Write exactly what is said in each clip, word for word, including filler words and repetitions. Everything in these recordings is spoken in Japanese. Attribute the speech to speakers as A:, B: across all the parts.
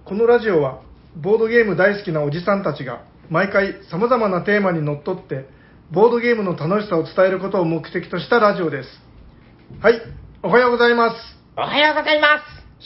A: このラジオはボードゲーム大好きなおじさんたちが毎回様々なテーマにのっとってボードゲームの楽しさを伝えることを目的としたラジオです。はい、おはようございます。
B: おはようございます。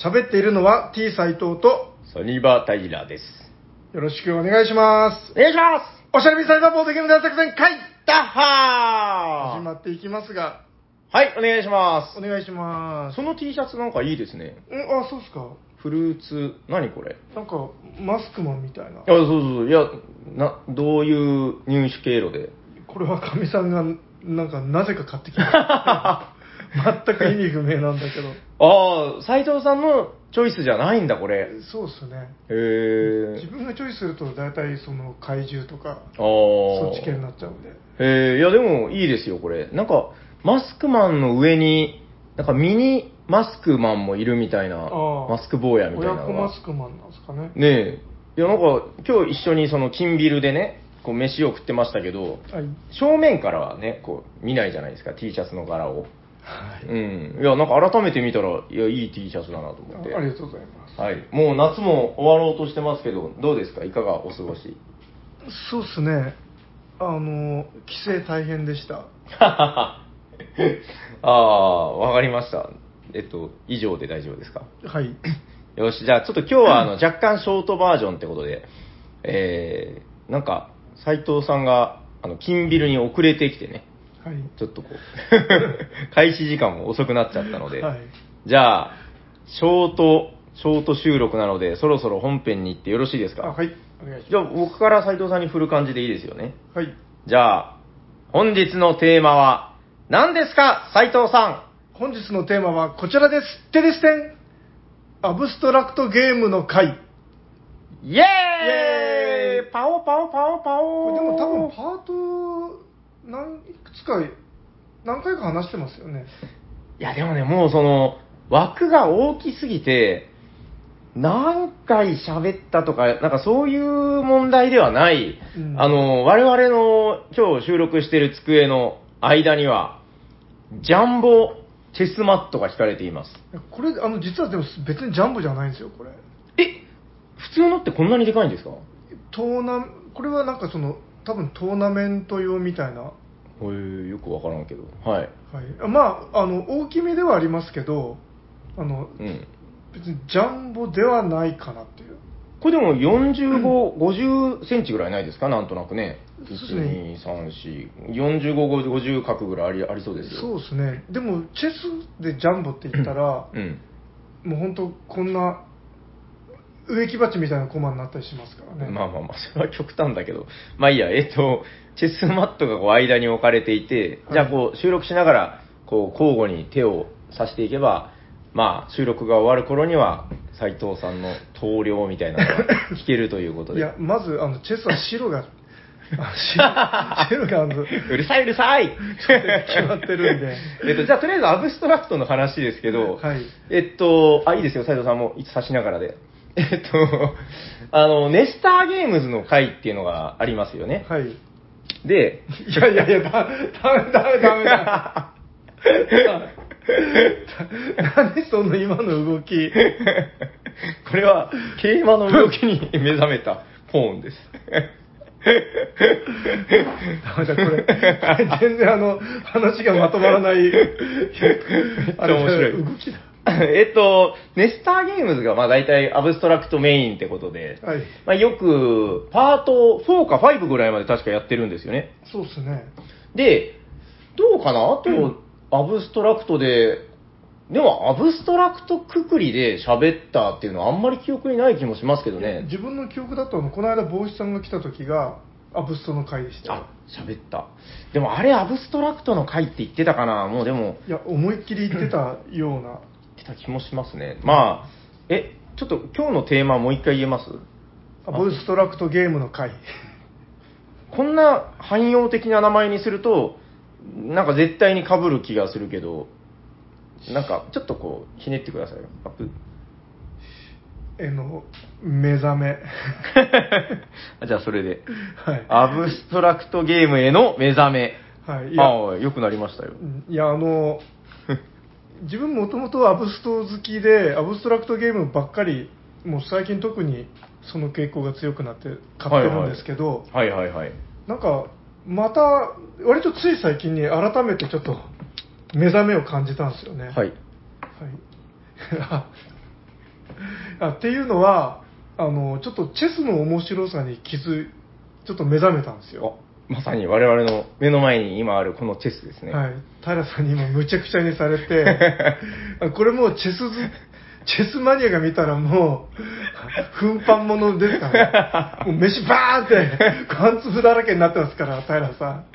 A: 喋っているのは T 斎藤と
B: ソニバタイラです。
A: よろしくお願いします。
B: お願いします。
A: おしゃれみされたボードゲーム大作戦会
B: ダッハー
A: 始まっていきますが、
B: はい、お願いします。
A: お願いします。
B: その T シャツなんかいいですね。
A: え、あ、そうっすか。
B: フルーツ、何これ？
A: なんかマスクマンみたいな。
B: いや、そうそうそう。いや、な、どういう入手経路で？
A: これはかみさんがなんかなぜか買ってきた。全く意味不明なんだけど。
B: ああ、斉藤さんのチョイスじゃないんだ、これ。
A: そうっすね。
B: へえ。
A: 自分がチョイスすると大体その怪獣とか、
B: あ
A: そっち系になっちゃうんで。
B: へえ、いやでもいいですよ、これ。なんか、マスクマンの上に、なんかミニマスクマンもいるみたいな、マスク坊やみたいなのが。
A: 親子マスクマンなんですかね。
B: ねえ。いや、なんか、今日一緒にその金ビルでね、こう飯を食ってましたけど、
A: はい、
B: 正面からはね、こう見ないじゃないですか、T シャツの柄を。
A: はい、
B: うん。いや、なんか改めて見たら、いや、いい T シャツだなと思って。
A: あ。ありがとうございます。
B: はい。もう夏も終わろうとしてますけど、どうですか？いかがお過ごし？
A: そうっすね。あの、帰省大変でした。
B: ああ、わかりました。えっと、以上で大丈夫ですか？
A: はい。
B: よし、じゃあちょっと今日はあの若干ショートバージョンってことで、えー、なんか、斉藤さんが、あの、金ビルに遅れてきてね、
A: はい。
B: ちょっとこう、開始時間も遅くなっちゃったので、
A: はい。
B: じゃあ、ショート、ショート収録なので、そろそろ本編に行ってよろしいですか？
A: あ、はい。お願いします。
B: じゃあ、僕から斉藤さんに振る感じでいいですよね。
A: はい。
B: じゃあ、本日のテーマは、何ですか、斉藤さ
A: 本日のテーマはこちらです。てですてん。アブストラクトゲームの回。
B: ん。イエーイ、イ
A: エーイ
B: パオパオパオパオ。
A: これでも多分パート何いくつか何回か話してますよね。
B: いやでもね、もうその枠が大きすぎて何回喋ったとか、なんかそういう問題ではない。うん、あの我々の今日収録している机の間にはジャンボチェスマットが引かれています。
A: これあの実はでも別にジャンボじゃないんですよ、これ。
B: え、普通のってこんなにでかいんですか？
A: トーナこれはなんかその多分トーナメント用みたいな。
B: へえ、よくわからんけど。はい。
A: はい。まああの大きめではありますけど、あの、うん、別にジャンボではないかなっていう。
B: これでもよんじゅうご、ごじゅっセンチぐらいないですか、なんとなくね。いち、に、さん、よん、よんじゅうご、ごじゅう角ぐらいありありそうですよ。
A: そうですね。でも、チェスでジャンボって言ったら、うん、もう本当こんな植木鉢みたいなコマになったりしますからね。
B: まあまあまあ、それは極端だけど。まあいいや、えっと、チェスマットがこう間に置かれていて、はい、じゃあこう収録しながら、こう交互に手を指していけば、まあ収録が終わる頃には、斉藤さんの投了みたいなのが聞けるということで。
A: いや、まず、あの、チェスは白が、白があの、
B: うるさいうるさい
A: 決まってるんで。
B: えっと、じゃあとりあえずアブストラクトの話ですけど、
A: はい、
B: えっと、あ、いいですよ、斉藤さんも指しながらで。えっと、あの、ネスターゲームズの会っていうのがありますよね。
A: はい。
B: で、
A: いやいやいや、だ、ダメダメダメだ。何その今の動き。
B: これは桂馬の動きに目覚めたポーンです。
A: ダメだ、これ。全然あの、話がまとまらない。めっち
B: ゃ面白い。
A: 動きだ。
B: えっと、ネスターゲームズがまあ大体アブストラクトメインってことで、
A: はい、
B: まあ、よくパートフォーかファイブぐらいまで確かやってるんですよね。
A: そうですね。
B: で、どうかなあと、うん、アブストラクトで、でもアブストラクトくくりで喋ったっていうのはあんまり記憶にない気もしますけどね。
A: 自分の記憶だとあの、この間帽子さんが来た時がアブストの回でしたよ。
B: あ、喋った。でもあれアブストラクトの回って言ってたかな。もうでも。
A: いや、思いっきり言ってたような。
B: 言ってた気もしますね。まあ、え、ちょっと今日のテーマもう一回言えます？
A: アブストラクトゲームの回。
B: こんな汎用的な名前にすると、なんか絶対に被る気がするけど、なんかちょっとこうひねってくださいよ。アップ。
A: えの目覚め。
B: じゃあそれで、
A: はい、
B: アブストラクトゲームへの目覚め。
A: はい。
B: いや、ああ、よくなりましたよ。
A: いや、あの自分もともとアブスト好きでアブストラクトゲームばっかりもう最近特にその傾向が強くなって買ってるんですけど、
B: はいはい、はいはいはい。
A: なんかまた割とつい最近に改めてちょっと目覚めを感じたんですよね。はい。はい、あっていうのはあのちょっとチェスの面白さに気づいちょっと目覚めたんですよ。
B: まさに我々の目の前に今あるこのチェスですね。
A: はい。平さんに今むちゃくちゃにされて、これもうチェスズ、チェスマニアが見たらもう、奮発物ですから、もう飯バーンって缶粒だらけになってますから、平さん。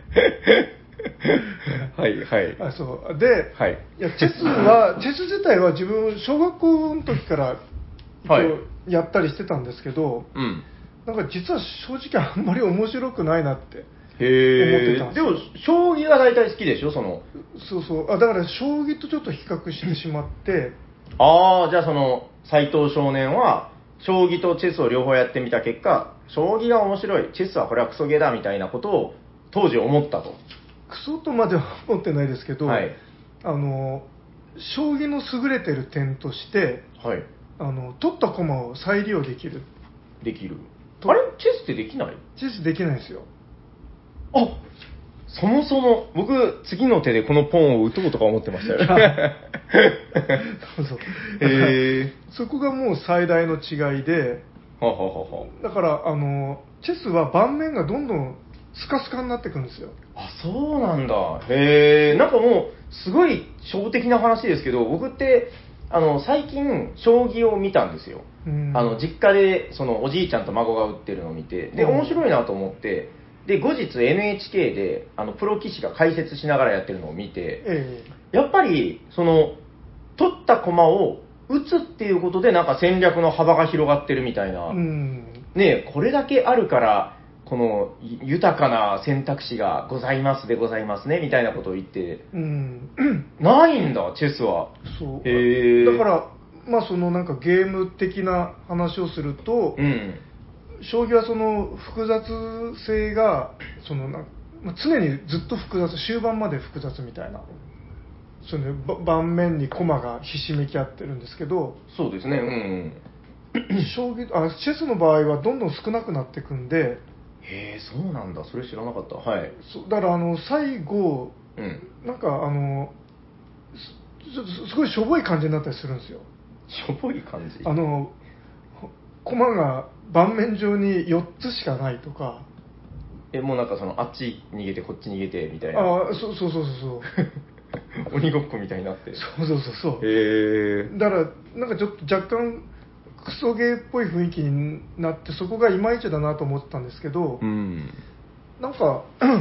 B: はいはい。
A: あ、そう。で、
B: はい、
A: いやチェスは、チェス自体は自分、小学校の時からこうやったりしてたんですけど、
B: うん。
A: なんか実は正直あんまり面白くないなって。
B: へえ。でも、将棋が大体好きでしょ、その。
A: そうそう。あ、だから将棋とちょっと比較してしまって。
B: ああ、じゃあその、斎藤少年は、将棋とチェスを両方やってみた結果、将棋が面白い、チェスはこれはクソゲーだみたいなことを当時思ったと。
A: クソとまでは思ってないですけど、
B: はい、
A: あの、将棋の優れてる点として、
B: はい、
A: あの取った駒を再利用できる。
B: できる。あれチェスってできない？
A: チェスできないんですよ。
B: あ、そもそも、僕、次の手でこのポンを打とうとか思ってましたよ。
A: そうそう。
B: へ
A: そこがもう最大の違いで、
B: はははは
A: だからあのチェスは盤面がどんどんスカスカになってくるんですよ。
B: あ、そうなんだ。へえ。なんかもう、すごい初歩的な話ですけど、僕って、あの、最近、将棋を見たんですよ。あの、実家で、その、おじいちゃんと孫が打ってるのを見て、で、面白いなと思って、で、後日 エヌエイチケー で、あの、プロ棋士が解説しながらやってるのを見て、
A: え
B: やっぱり、その、取った駒を打つっていうことで、なんか戦略の幅が広がってるみたいな。ねえ、これだけあるから、この豊かな選択肢がございますでございますねみたいなことを言って、
A: うん、
B: ないんだ、チェスは。
A: そう。
B: へ
A: だから、まあそのなんかゲーム的な話をすると、
B: うん、
A: 将棋はその複雑性がそのな、まあ、常にずっと複雑、終盤まで複雑みたいな。その盤面に駒がひしめき合ってるんですけど、
B: そうですね、うん。
A: 将棋あチェスの場合はどんどん少なくなっていくんで、
B: へえ、そうなんだ、それ知らなかった。はい。
A: そだからあの最後、
B: うん、
A: なんかあのす、すごいしょぼい感じになったりするんですよ。
B: しょぼい感じ。
A: あの駒が盤面上によっつしかないとか。
B: え、もうなんかその、あっち逃げて、こっち逃げて、みたいな。
A: ああ、そうそうそうそう
B: 鬼ごっこみたいになって。
A: そうそうそうそう。
B: へえ。
A: だから、なんかちょっと若干、クソゲーっぽい雰囲気になって、そこがいまいちだなと思ってたんですけど、
B: うん。
A: なんか、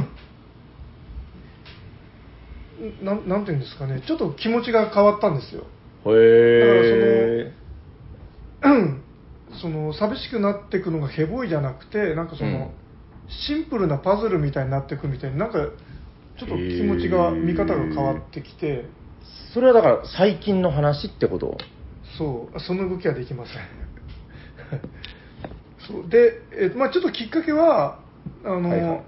A: ななんていうんですかね、ちょっと気持ちが変わったんですよ。
B: へえ。
A: だからその、その寂しくなっていくのがヘボいじゃなくて、なんかその、うん、シンプルなパズルみたいになっていくみたいに、なんかちょっと気持ちが、見方が変わってきて。
B: それはだから最近の話ってこと？
A: そう、その動きはできません。そうで、えまあ、ちょっときっかけは、あの、はいはい、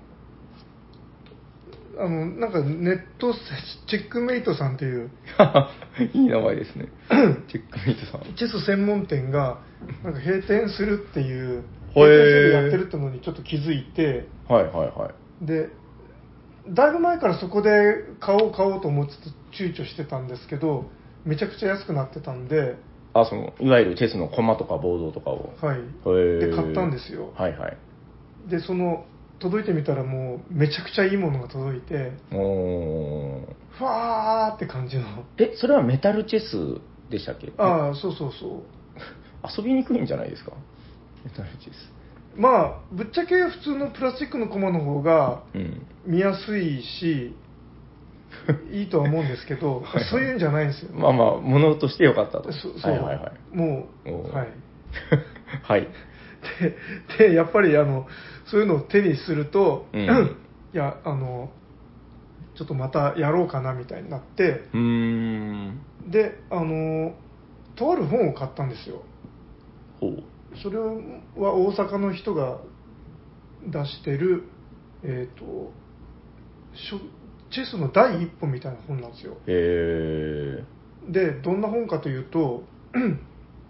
A: あのなんかネットチェックメイトさんっていう
B: いい名前ですね。チェックメイトさん。
A: チェス専門店がなんか閉店するっていう、閉店セールやってるってのにちょっと気づいて、
B: はいはいはい。
A: で、だいぶ前からそこで買おう買おうと思って躊躇してたんですけど、めちゃくちゃ安くなってたんで、
B: あ、そのいわゆるチェスの駒とかボードとかを、
A: はい、で買ったんですよ。
B: はいはい。
A: でその届いてみたらもうめちゃくちゃいいものが届いて、おふわーって感じの。
B: え、それはメタルチェスでしたっけ？
A: ああ、そうそうそう。
B: 遊びにくいんじゃないですか、メタルチェス。
A: まあぶっちゃけ普通のプラスチックの駒の方が見やすいし、うん、いいとは思うんですけどはい、そういうんじゃないんですよ。
B: まあまあ物としてよかったと。
A: そそう、はいはいはい、もうはい
B: はい
A: で, でやっぱりあのそういうのを手にすると、うん、いやあのちょっとまたやろうかなみたいになって、うーんであのとある本を買ったんですよ。ほう。それは大阪の人が出してる、えーと、チェスの第一歩みたいな本なんですよ。へー。でどんな本かというと、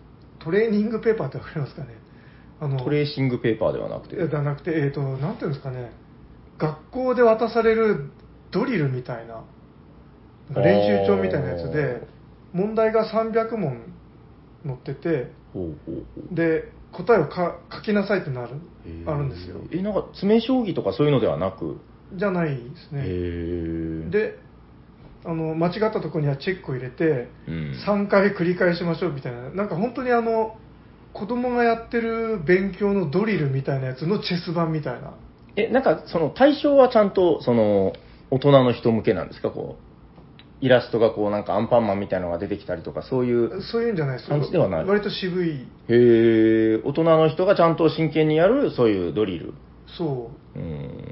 A: トレーニングペーパーってわかりますかね。あの
B: トレーシングペーパーではなくて。
A: ではなくて、えっ、ー、と、なんていうんですかね、学校で渡されるドリルみたいな、練習帳みたいなやつで、問題がさんびゃくもん載ってて、
B: ほうほうほう
A: で、答えをか書きなさいってなる、あるんですよ。
B: え、なんか詰将棋とかそういうのではなく。
A: じゃないですね。
B: へ
A: で、あの間違ったところにはチェックを入れて、
B: うん、
A: さんかい繰り返しましょうみたいな、なんか本当にあの子供がやってる勉強のドリルみたいなやつのチェス版みたいな。
B: え、なんかその対象はちゃんとその大人の人向けなんですか？こうイラストがこうなんかアンパンマンみたいなのが出てきたりとか、そういう
A: そういうんじゃないです
B: 感じではない。
A: 割と渋い。
B: へえ、大人の人がちゃんと真剣にやるそういうドリル。
A: そう。
B: うん、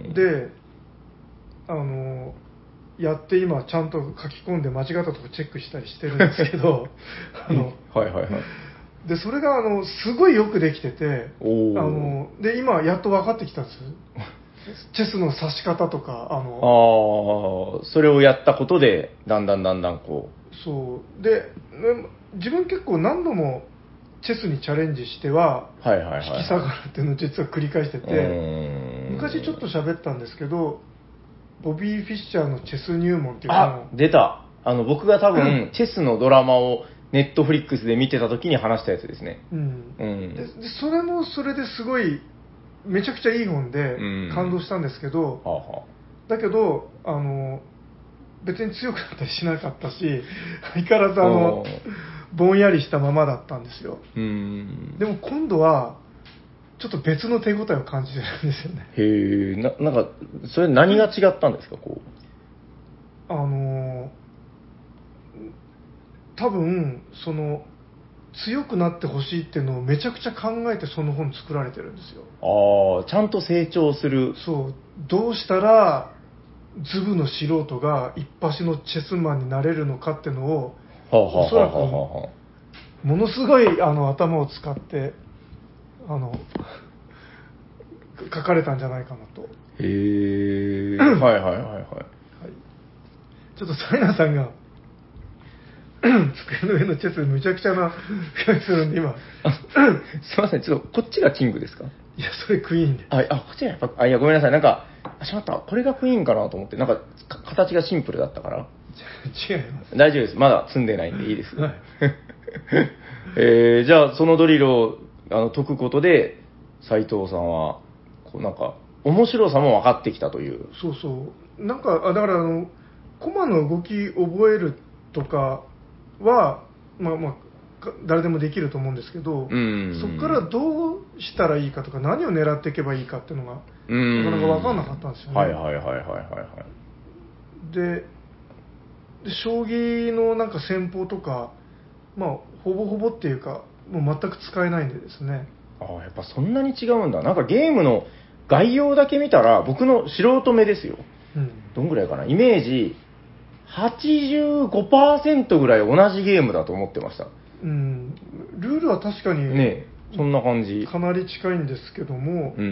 A: で、あのやって今ちゃんと書き込んで間違ったとこチェックしたりしてるんですけどあの
B: はいはいはい。
A: でそれがあのすごいよくできてて、あ
B: お
A: ので今やっと分かってきたんです。チェスの指し方とか、あの
B: ああ、それをやったことでだんだんだんだんこ
A: うそうで、ね、自分結構何度もチェスにチャレンジしては
B: う、はいはいはい、
A: 引き下がるっていうのを実は繰り返してて、
B: うーん
A: 昔ちょっと喋ったんですけど、ボビー・フィッシャーのチェス入門っていう
B: あ、
A: のを、
B: 出た。あの、僕が多分、チェスのドラマをネットフリックスで見てた時に話したやつですね。
A: うん
B: うん
A: ででそれもそれですごいめちゃくちゃいい本で
B: うん
A: 感動したんですけど、
B: はあはあ、
A: だけどあの別に強くなったりしなかったし、相変わらずあの
B: おー
A: ぼんやりしたままだったんですよ。
B: うーん。
A: でも今度はちょっと別の手応えを感じてるんですよね。
B: へえ、な、なんか、それ何が違ったんですか、こ
A: あの多分その強くなってほしいっていうのをめちゃくちゃ考えてその本作られてるんですよ。
B: う。ああ、ちゃんと成長する。
A: そう、どうしたらズブの素人が一発のチェスマンになれるのかっていうのを、
B: はあ、はあ
A: おそらく
B: はあはあはあ、
A: ものすごいあの頭を使ってあの書かれたんじゃないかなと。
B: へえ、はいはいはいはい。
A: はい、ちょっとサイナさんが机の上のチェスむちゃくちゃな気がするんで今
B: すいません、ちょっとこっちがキングですか？
A: いやそれクイーンで。
B: あ、あ、こっちがやっぱ、あ、いや、ごめんなさい。なんか、あ、しまった。これがクイーンかなと思って、なんか、か形がシンプルだったから。
A: 違います
B: 大丈夫です。まだ積んでないんでいいです。
A: はい
B: えー、じゃあ、そのドリルをあの解くことで、斉藤さんは、こうなんか、面白さも分かってきたという。
A: そうそうなんかあだからあのコマの動き覚えるとかはまあまあか誰でもできると思うんですけど、
B: うん
A: そこからどうしたらいいかとか何を狙っていけばいいかっていうのが
B: うん
A: なかなか分かんなかったんですよね。
B: はいはいはいはいはいはい
A: でで将棋のなんか戦法とかまあほぼほぼっていうかもう全く使えないんでですね。
B: ああ、やっぱそんなに違うんだ。なんかゲームの概要だけ見たら、僕の素人目ですよ。
A: うん
B: どんぐらいかな、イメージはちじゅうごパーセントぐらい同じゲームだと思ってました。
A: うん、ルールは確かに
B: ねえ、そんな感じ。
A: かなり近いんですけども、
B: うん。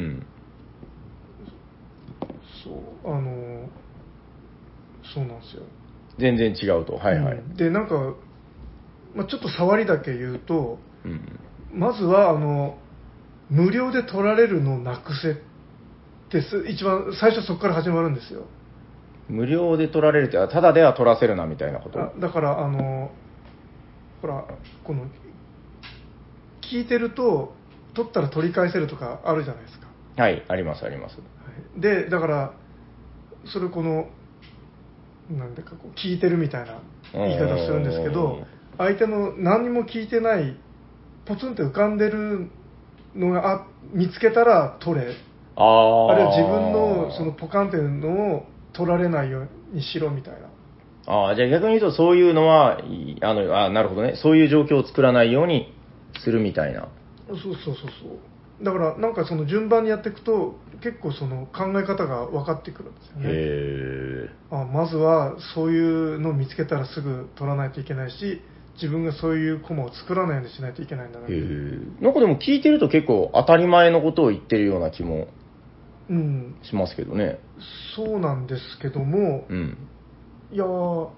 A: そうあのそうなんですよ。
B: 全然違うと。はいはい。
A: うんでなんか、まあ、ちょっと触りだけ言うと、
B: うん。
A: まずはあの無料で取られるのをなくせってす一番最初そこから始まるんですよ。
B: 無料で取られるって、あただでは取らせるなみたいなこと。
A: あだからあのほらこの聞いてると取ったら取り返せるとかあるじゃないですか。
B: はい、ありますあります。
A: はいでだからそれこのなんだかこう聞いてるみたいな言い方をするんですけど、相手の何にも聞いてないポツンって浮かんでるのがあ見つけたら取れ、
B: ああ。
A: あるいは自分のそのポカンっていうのを取られないようにしろみたいな。
B: ああ、じゃあ逆に言うとそういうのは、いあの、あなるほどね。そういう状況を作らないようにするみたいな。
A: そうそうそうそうだからなんかその順番にやっていくと結構その考え方が分かってくるんですよね。
B: へ
A: あまずはそういうのを見つけたらすぐ取らないといけないし、自分がそういうコマを作らないようにしないといけないんだな
B: え。へ
A: っていう。
B: え。なんかでも聞いてると結構当たり前のことを言ってるような気も
A: うん、
B: しますけどね。
A: そうなんですけども、
B: うん。
A: いやーはい。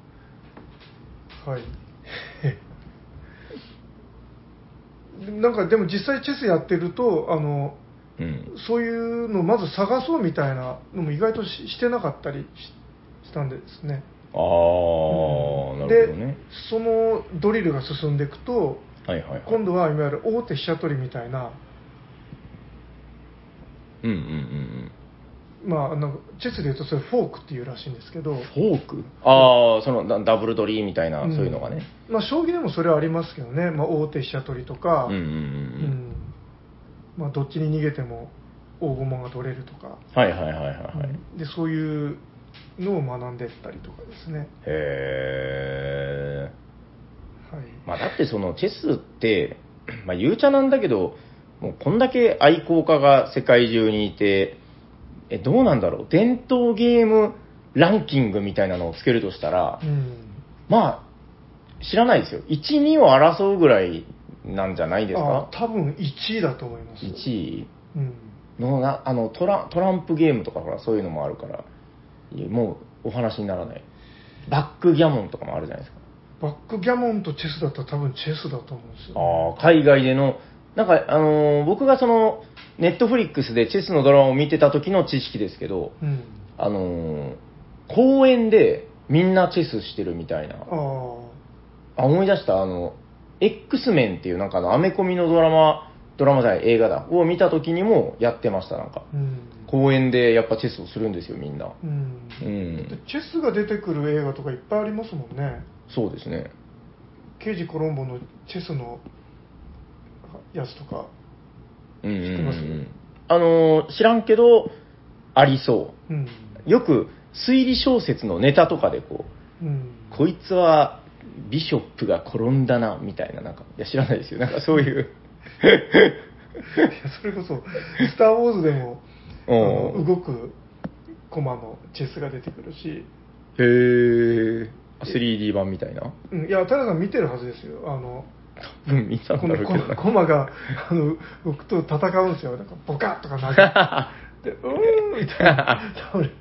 A: なんかでも実際チェスやってるとあの、
B: うん、
A: そういうのをまず探そうみたいなのも意外と し, してなかったり し, したんですね。
B: ああ、うん、なるほどね。
A: でそのドリルが進んでいくと、
B: はいはいはい、
A: 今度はいわゆる大手飛車取りみたいな、
B: うんうんうん
A: うん、まああのチェスでいうとそれフォークっていうらしいんですけど、
B: フォーク、ああ、そのダブル取りみたいな、
A: うん、
B: そういうのがね。
A: まあ将棋でもそれはありますけどね、まあ、大手飛車取りとか、
B: うんうんうん、うん
A: うんまあ、どっちに逃げても大駒が取れるとか、
B: はいはいはいはいはい、
A: うん、でそういうのを学んでったりとかですね。
B: へえ、
A: はい、
B: まあ、だってそのチェスって、まあ、ゆうちゃなんだけど、もうこんだけ愛好家が世界中にいて、え、どうなんだろう、伝統ゲームランキングみたいなのをつけるとしたら、
A: うん、
B: まあ、知らないですよ。いち、にを争うぐらいなんじゃないですか？
A: あ多分いちいだと思います。
B: いちい
A: うん
B: のなあのトラ、トランプゲームとかほらそういうのもあるから、もうお話にならない。バックギャモンとかもあるじゃないですか。
A: バックギャモンとチェスだったら多分チェスだと思うんですよ、ね、
B: ああ、海外での、なんか、あのー僕がその、ネットフリックスでチェスのドラマを見てた時の知識ですけど、
A: うん、
B: あのー公園でみんなチェスしてるみたいな。
A: あ
B: あ、思い出した、あの、X メンっていうなんかあの、アメコミのドラマ、ドラマじゃない、映画だ、を見た時にもやってました、なんか。
A: うん、
B: 公園でやっぱチェスをするんですよ、みんな。
A: うん、
B: うん。
A: だってチェスが出てくる映画とかいっぱいありますもんね。
B: そうですね。
A: 刑事コロンボのチェスのやつとか
B: うんうんうんう
A: 知ってます
B: ん。あのー知らんけど、ありそう。
A: うん、
B: よく推理小説のネタとかでこう、
A: うん、
B: こいつはビショップが転んだなみたいな、なんか、いや知らないですよ、なんかそういう。
A: いやそれこそ「スター・ウォーズ」でもあ
B: うん
A: の動く駒のチェスが出てくるし、
B: へえ、スリーディー 版みたいな。
A: うん、いや平さん見てるはずですよ。あの
B: 多分見たん
A: この
B: だろうけどな。
A: コマがあの僕と戦うんですよ。なんかボカッとか投げてでうーんみたいな倒れ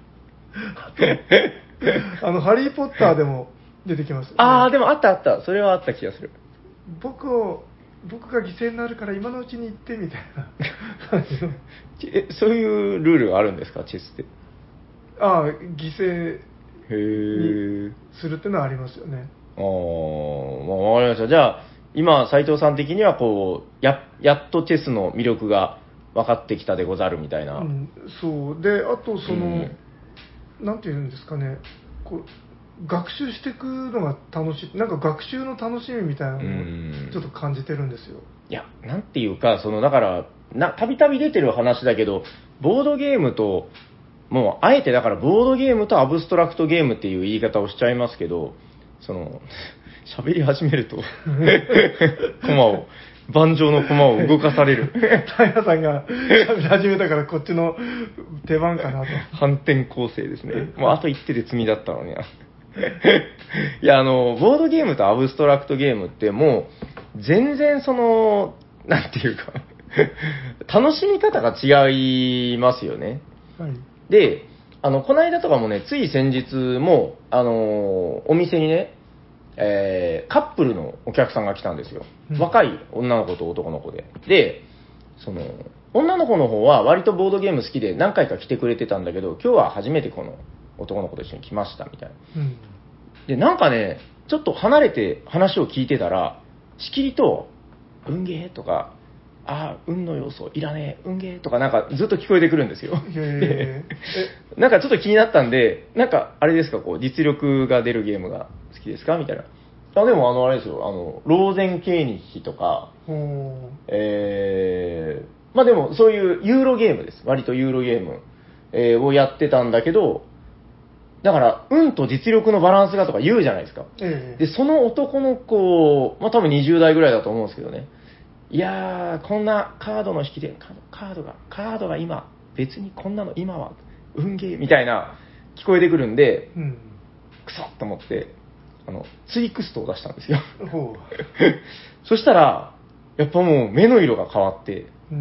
A: あとあの「ハリー・ポッター」でも出てきますよね。
B: ああ、でもあったあった。それはあった気がする。
A: 僕を僕が犠牲になるから今のうちに行ってみたいな感じの
B: え、そういうルールがあるんですか、チェスって。
A: ああ犠牲
B: へえ。
A: にするっていうのはありますよね。
B: ああ、まあ、わかりました。じゃあ、今、斉藤さん的には、こう、や、やっとチェスの魅力が分かってきたでござるみたいな。
A: うん、そうであとその、
B: うん
A: なんていうんですかね、こう学習していくのが楽しい、なんか学習の楽しみみたいなの
B: うん
A: をちょっと感じてるんですよ。
B: いや、なんていうか、その、だから、な、たびたび出てる話だけど、ボードゲームと、もう、あえてだから、ボードゲームとアブストラクトゲームっていう言い方をしちゃいますけど、その、喋り始めると、コマを、盤上のコマを動かされる。
A: 平さんが喋り始めたからこっちの出番かなと。
B: 反転構成ですね。もうあと一手で積みだったのにな。いや、あの、ボードゲームとアブストラクトゲームってもう、全然その、なんていうか、楽しみ方が違いますよね。
A: はい。
B: で、あの、この間とかもね、つい先日も、あの、お店にね、えーカップルのお客さんが来たんですよ。
A: うん
B: 若い女の子と男の子で。で、その、女の子の方は割とボードゲーム好きで何回か来てくれてたんだけど、今日は初めてこの男の子と一緒に来ましたみたいな。
A: うん。
B: で、なんかね、ちょっと離れて話を聞いてたら、しきりと、運ゲーとか、ああ、運の要素いらねえ、運ゲーとかなんかずっと聞こえてくるんですよ。
A: へ
B: でなんかちょっと気になったんで、なんかあれですか、こう、実力が出るゲームが好きですかみたいな。あ、でもあの、あれですよ、あの、ローゼンケーニッヒとか、
A: え。ほ
B: えー、まあでもそういうユーロゲームです。割とユーロゲーム、えーをやってたんだけど、だから、運と実力のバランスがとか言うじゃないですか。
A: う。ええ。
B: で、その男の子、まあ多分にじゅう代ぐらいだと思うんですけどね。いやー、こんなカードの引きで、カードカードが、カードが今、別にこんなの今は、運ゲーみたいな、聞こえてくるんで、
A: うん。
B: くそっと思って、あの、ツイクストを出したんですよ。
A: ほ
B: そしたら、やっぱもう目の色が変わって、
A: う。うん。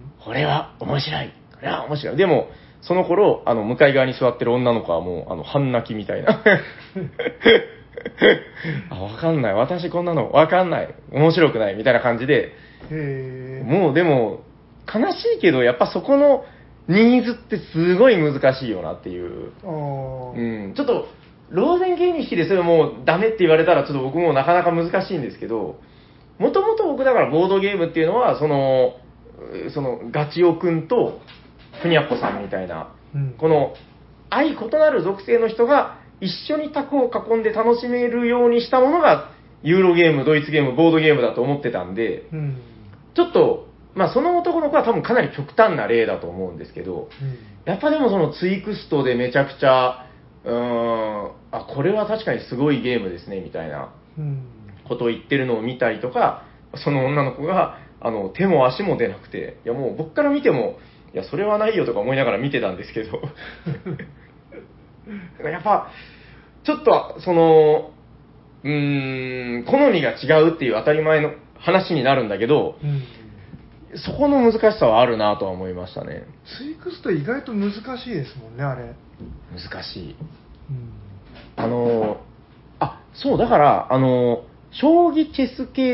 B: これは面白い。これは面白い。でも、その頃、あの、向かい側に座ってる女の子はもう、あの、半泣きみたいな。あ、わかんない。私こんなのわかんない。面白くない。みたいな感じで、
A: へ
B: もうでも、悲しいけど、やっぱそこのニーズってすごい難しいよなっていう。
A: あ
B: うん、ちょっと、ローゼン形式でそれもうダメって言われたら、ちょっと僕もなかなか難しいんですけど、もともと僕だからボードゲームっていうのは、その、そのガチオくんとふにゃっこさんみたいな、
A: うん、
B: この相異なる属性の人が一緒に卓を囲んで楽しめるようにしたものがユーロゲーム、ドイツゲーム、ボードゲームだと思ってたんで、
A: うん、
B: ちょっと、まあその男の子は多分かなり極端な例だと思うんですけど、
A: うん、
B: やっぱでもそのツイクストでめちゃくちゃ、うーん、あ、これは確かにすごいゲームですね、みたいなことを言ってるのを見たりとか、その女の子が、あの、手も足も出なくて、いやもう僕から見ても、いや、それはないよとか思いながら見てたんですけど、やっぱ、ちょっと、その、うーん、好みが違うっていう当たり前の話になるんだけど、
A: うん、
B: そこの難しさはあるなとは思いましたね。
A: ツイクスト意外と難しいですもんね、あれ。
B: 難しい。
A: うん、
B: あの、あ、そう、だから、あの、将棋チェス系って、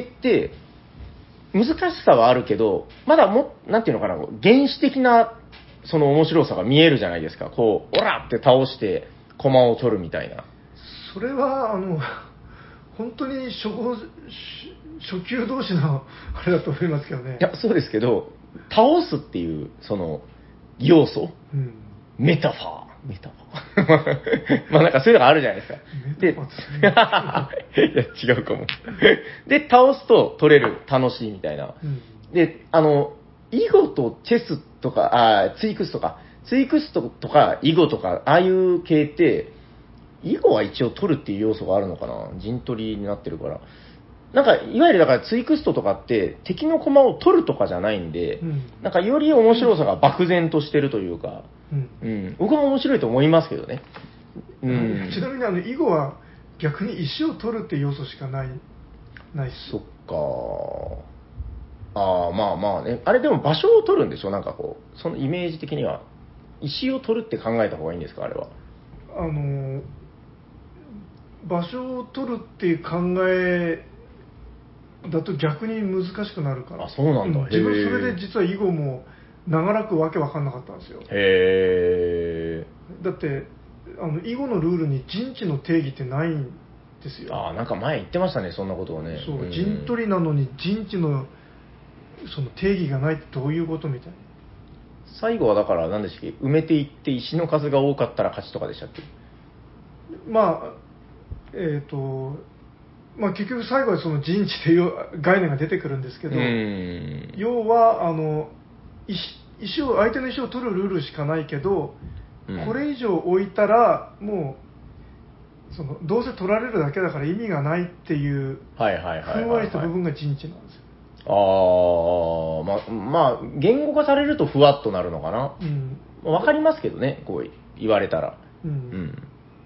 B: 難しさはあるけど、まだも、なんていうのかな、原始的な、その面白さが見えるじゃないですか。こう、オラって倒して、駒を取るみたいな。
A: それは、あの、本当に初歩初級同士のあれだと思いますけどね。
B: いや、そうですけど、倒すっていう、その、要素、
A: うん、
B: メタファー。メタファー。まあなんかそういうのがあるじゃないですか。で、いや、違うかも。で、倒すと取れる、楽しいみたいな。
A: うん、
B: で、あの、囲碁とチェスとか、あツイクスとか、ツイクストとか囲碁とか、ああいう系って、囲碁は一応取るっていう要素があるのかな、陣取りになってるから。なんか、いわゆるだからツイクストとかって敵の駒を取るとかじゃないんで、
A: うん、
B: なんかより面白さが漠然としてるというか、
A: うん、
B: うん、僕は面白いと思いますけどね。う
A: うん
B: ん、
A: ちなみにあの囲碁は逆に石を取るっていう要素しかないないっす。
B: そっか。ああ、まあまあね。あれでも場所を取るんでしょ、なんかこう、そのイメージ的には。石を取るって考えた方がいいんですか、あれは。
A: あの場所を取るっていう考えだと逆に難しくなるから。
B: あ、そうなんだ。
A: うん、自分それで実は囲碁も長らくわけわかんなかったんですよ。
B: へえ。
A: だってあの囲碁のルールに陣地の定義ってないんですよ。
B: ああ、なんか前言ってましたね、そんなことをね。
A: そう、
B: ん
A: 陣取りなのに陣地のその定義がないってどういうことみたいな。
B: 最後はだから何でしたっけ、埋めていって石の数が多かったら勝ちとかでしたっけ。
A: まあえっ、とまあ結局最後はその陣地っていう概念が出てくるんですけど、
B: うん
A: 要はあの石石を相手の石を取るルールしかないけど、
B: うん、
A: これ以上置いたらもうそのどうせ取られるだけだから意味がないっていうふんわりした部分が陣地なんですよ。
B: ああ、まあ、まあ、言語化されるとふわっとなるのかな。
A: うん、
B: わかりますけどね、こう言われたら。
A: うん、
B: うん。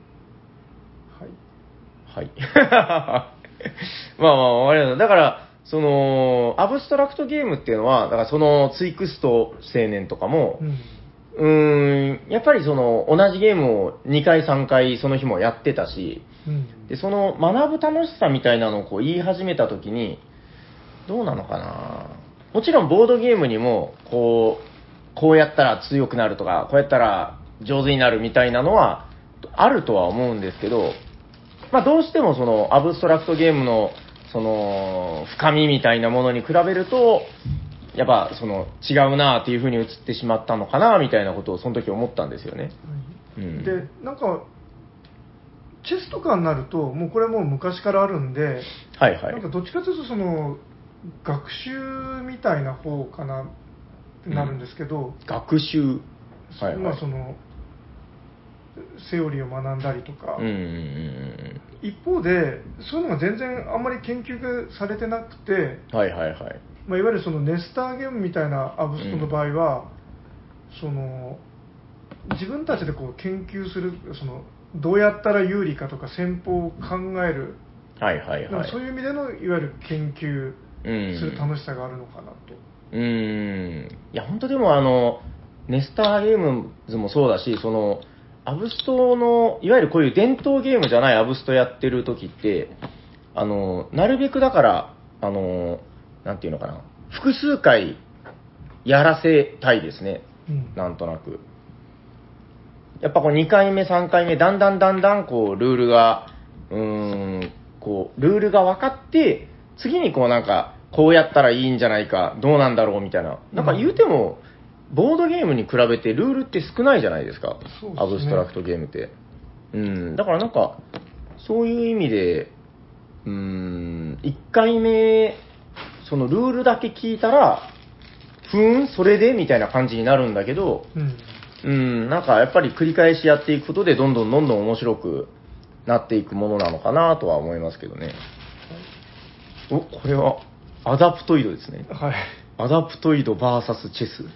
A: はい。
B: はい。まあまあ、わかります。だから、その、アブストラクトゲームっていうのは、だからそのツイクスト青年とかも、
A: うん、
B: うーん、やっぱりその、同じゲームをにかいさんかいその日もやってたし、
A: うん、
B: で、その学ぶ楽しさみたいなのをこう言い始めたときに、どうなのかな。もちろんボードゲームにも、こう、こうやったら強くなるとか、こうやったら上手になるみたいなのは、あるとは思うんですけど、まあどうしてもそのアブストラクトゲームの、その、深みみたいなものに比べると、やっぱその違うなっていう風に映ってしまったのかなみたいなことをその時思ったんですよね。うん、
A: でなんかチェスとかになるともうこれもう昔からあるんで、
B: はいはい、
A: なんかどっちかというとその学習みたいな方かなってなるんですけど、
B: うん、学習、はいはい、
A: まあそのセオリーを学んだりとか、
B: うんうんうん、
A: 一方でそういうのが全然あんまり研究がされてなくて、
B: はいはいはい、
A: まあ、いわゆるそのネスターゲームみたいなアブストの場合は、うん、その自分たちでこう研究する、そのどうやったら有利かとか戦法を考える、
B: はいはいはい、
A: そういう意味でのいわゆる研究する楽しさがあるのかなと。
B: うーん、いや本当でもあのネスターゲームズもそうだし、そのアブストのいわゆるこういう伝統ゲームじゃないアブストやってる時って、あのなるべくだからあのなんていうのかな、 複数回やらせたいですね。
A: うん。
B: なんとなく。やっぱこうにかいめ、さんかいめ、だんだんだんだんこうルールが、うーん、こう、ルールが分かって、次にこうなんか、こうやったらいいんじゃないか、どうなんだろうみたいな。なんか言うても、ボードゲームに比べてルールって少ないじゃないですか。
A: そうですね
B: アブストラクトゲームって。うん、だからなんか、そういう意味で、うーん、いっかいめ、そのルールだけ聞いたら、ふーん、それでみたいな感じになるんだけど、
A: うん。
B: うん、なんかやっぱり繰り返しやっていくことで、どんどんどんどん面白くなっていくものなのかなとは思いますけどね。お、これはアダプトイドですね。
A: はい。
B: アダプトイド ブイエス チェス。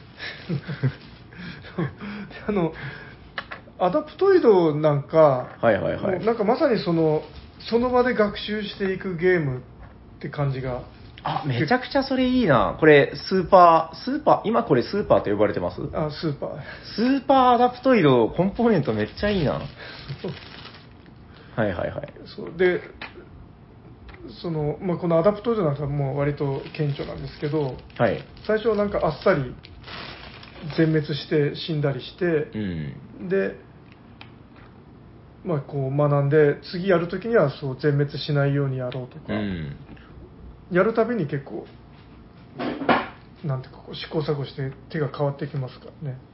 A: あの、アダプトイドなんか、
B: はいはいはい
A: もうなんかまさにその、その場で学習していくゲームって感じが。
B: あ、めちゃくちゃそれいいな。これ、スーパー、スーパー、今これスーパーと呼ばれてます？
A: あ、スーパー。
B: スーパーアダプトイド、コンポーネントめっちゃいいな。はいはいはい。
A: そうで、その、まあ、このアダプトイドなんかもう割と顕著なんですけど、
B: はい。
A: 最初はなんかあっさり全滅して死んだりして、
B: うん。
A: で、まあ、こう学んで、次やるときにはそう全滅しないようにやろうとか、
B: うん。
A: やるたびに結構、なんていうかこう試行錯誤して手が変わってきますからね。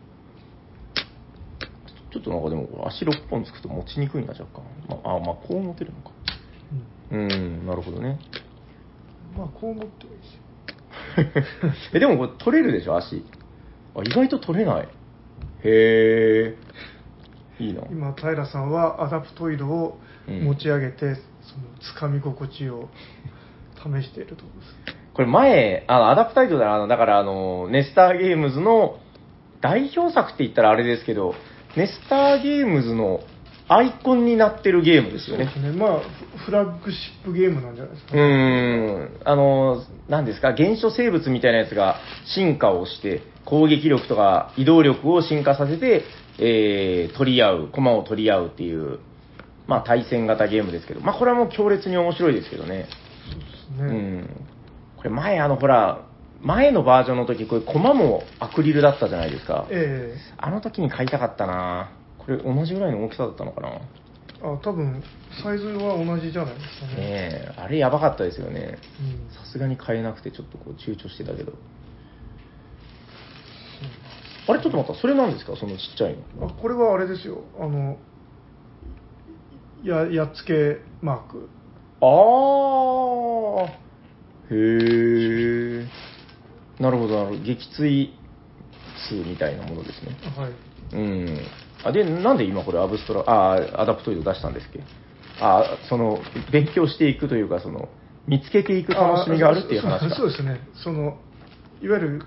B: ちょっとなんかでも足ろっぽんつくと持ちにくいな、若干。まあ、あまあ、こう持てるのか。
A: うん、
B: うん、なるほどね。
A: まあこう思ってもいいですよ。
B: え、でもこれ取れるでしょ、足。あ、意外と取れない。へえ。いいな。
A: 今平さんはアダプトイドを持ち上げて、うん、その掴み心地を試しているところです。
B: これ前、あの、アダプタイドだ、あの、だからあの、ネスターゲームズの代表作って言ったらあれですけど、ネスターゲームズのアイコンになってるゲームですよね。
A: そうですね。まあ、フラッグシップゲームなんじゃないですか、
B: ね。うーん。あの、何ですか、原初生物みたいなやつが進化をして、攻撃力とか移動力を進化させて、えー、取り合う、駒を取り合うっていう、まあ対戦型ゲームですけど、まあこれはもう強烈に面白いですけどね。
A: そうですね。
B: うん。これ前あのほら、前のバージョンの時、これ駒もアクリルだったじゃないですか。
A: ええ
B: あの時に買いたかったな。これ同じぐらいの大きさだったのかな。
A: あ、多分サイズは同じじゃないですかね。
B: ねえ、あれやばかったですよね。
A: うん
B: さすがに買えなくてちょっとこう躊躇してたけど。あれちょっと待った、それなんですか、そのちっちゃいの。
A: あ、これはあれですよ。あの、ややっつけマーク。
B: ああ。へえ。なるほど、なるほど。撃墜数みたいなものですね。
A: はい。
B: うん。あ、で、なんで今これアブストラ、あ、アダプトイド出したんですっけ？あ、その、勉強していくというか、その、見つけていく楽しみがあるっていう話か。
A: あ、そうそうですね。その、いわゆる、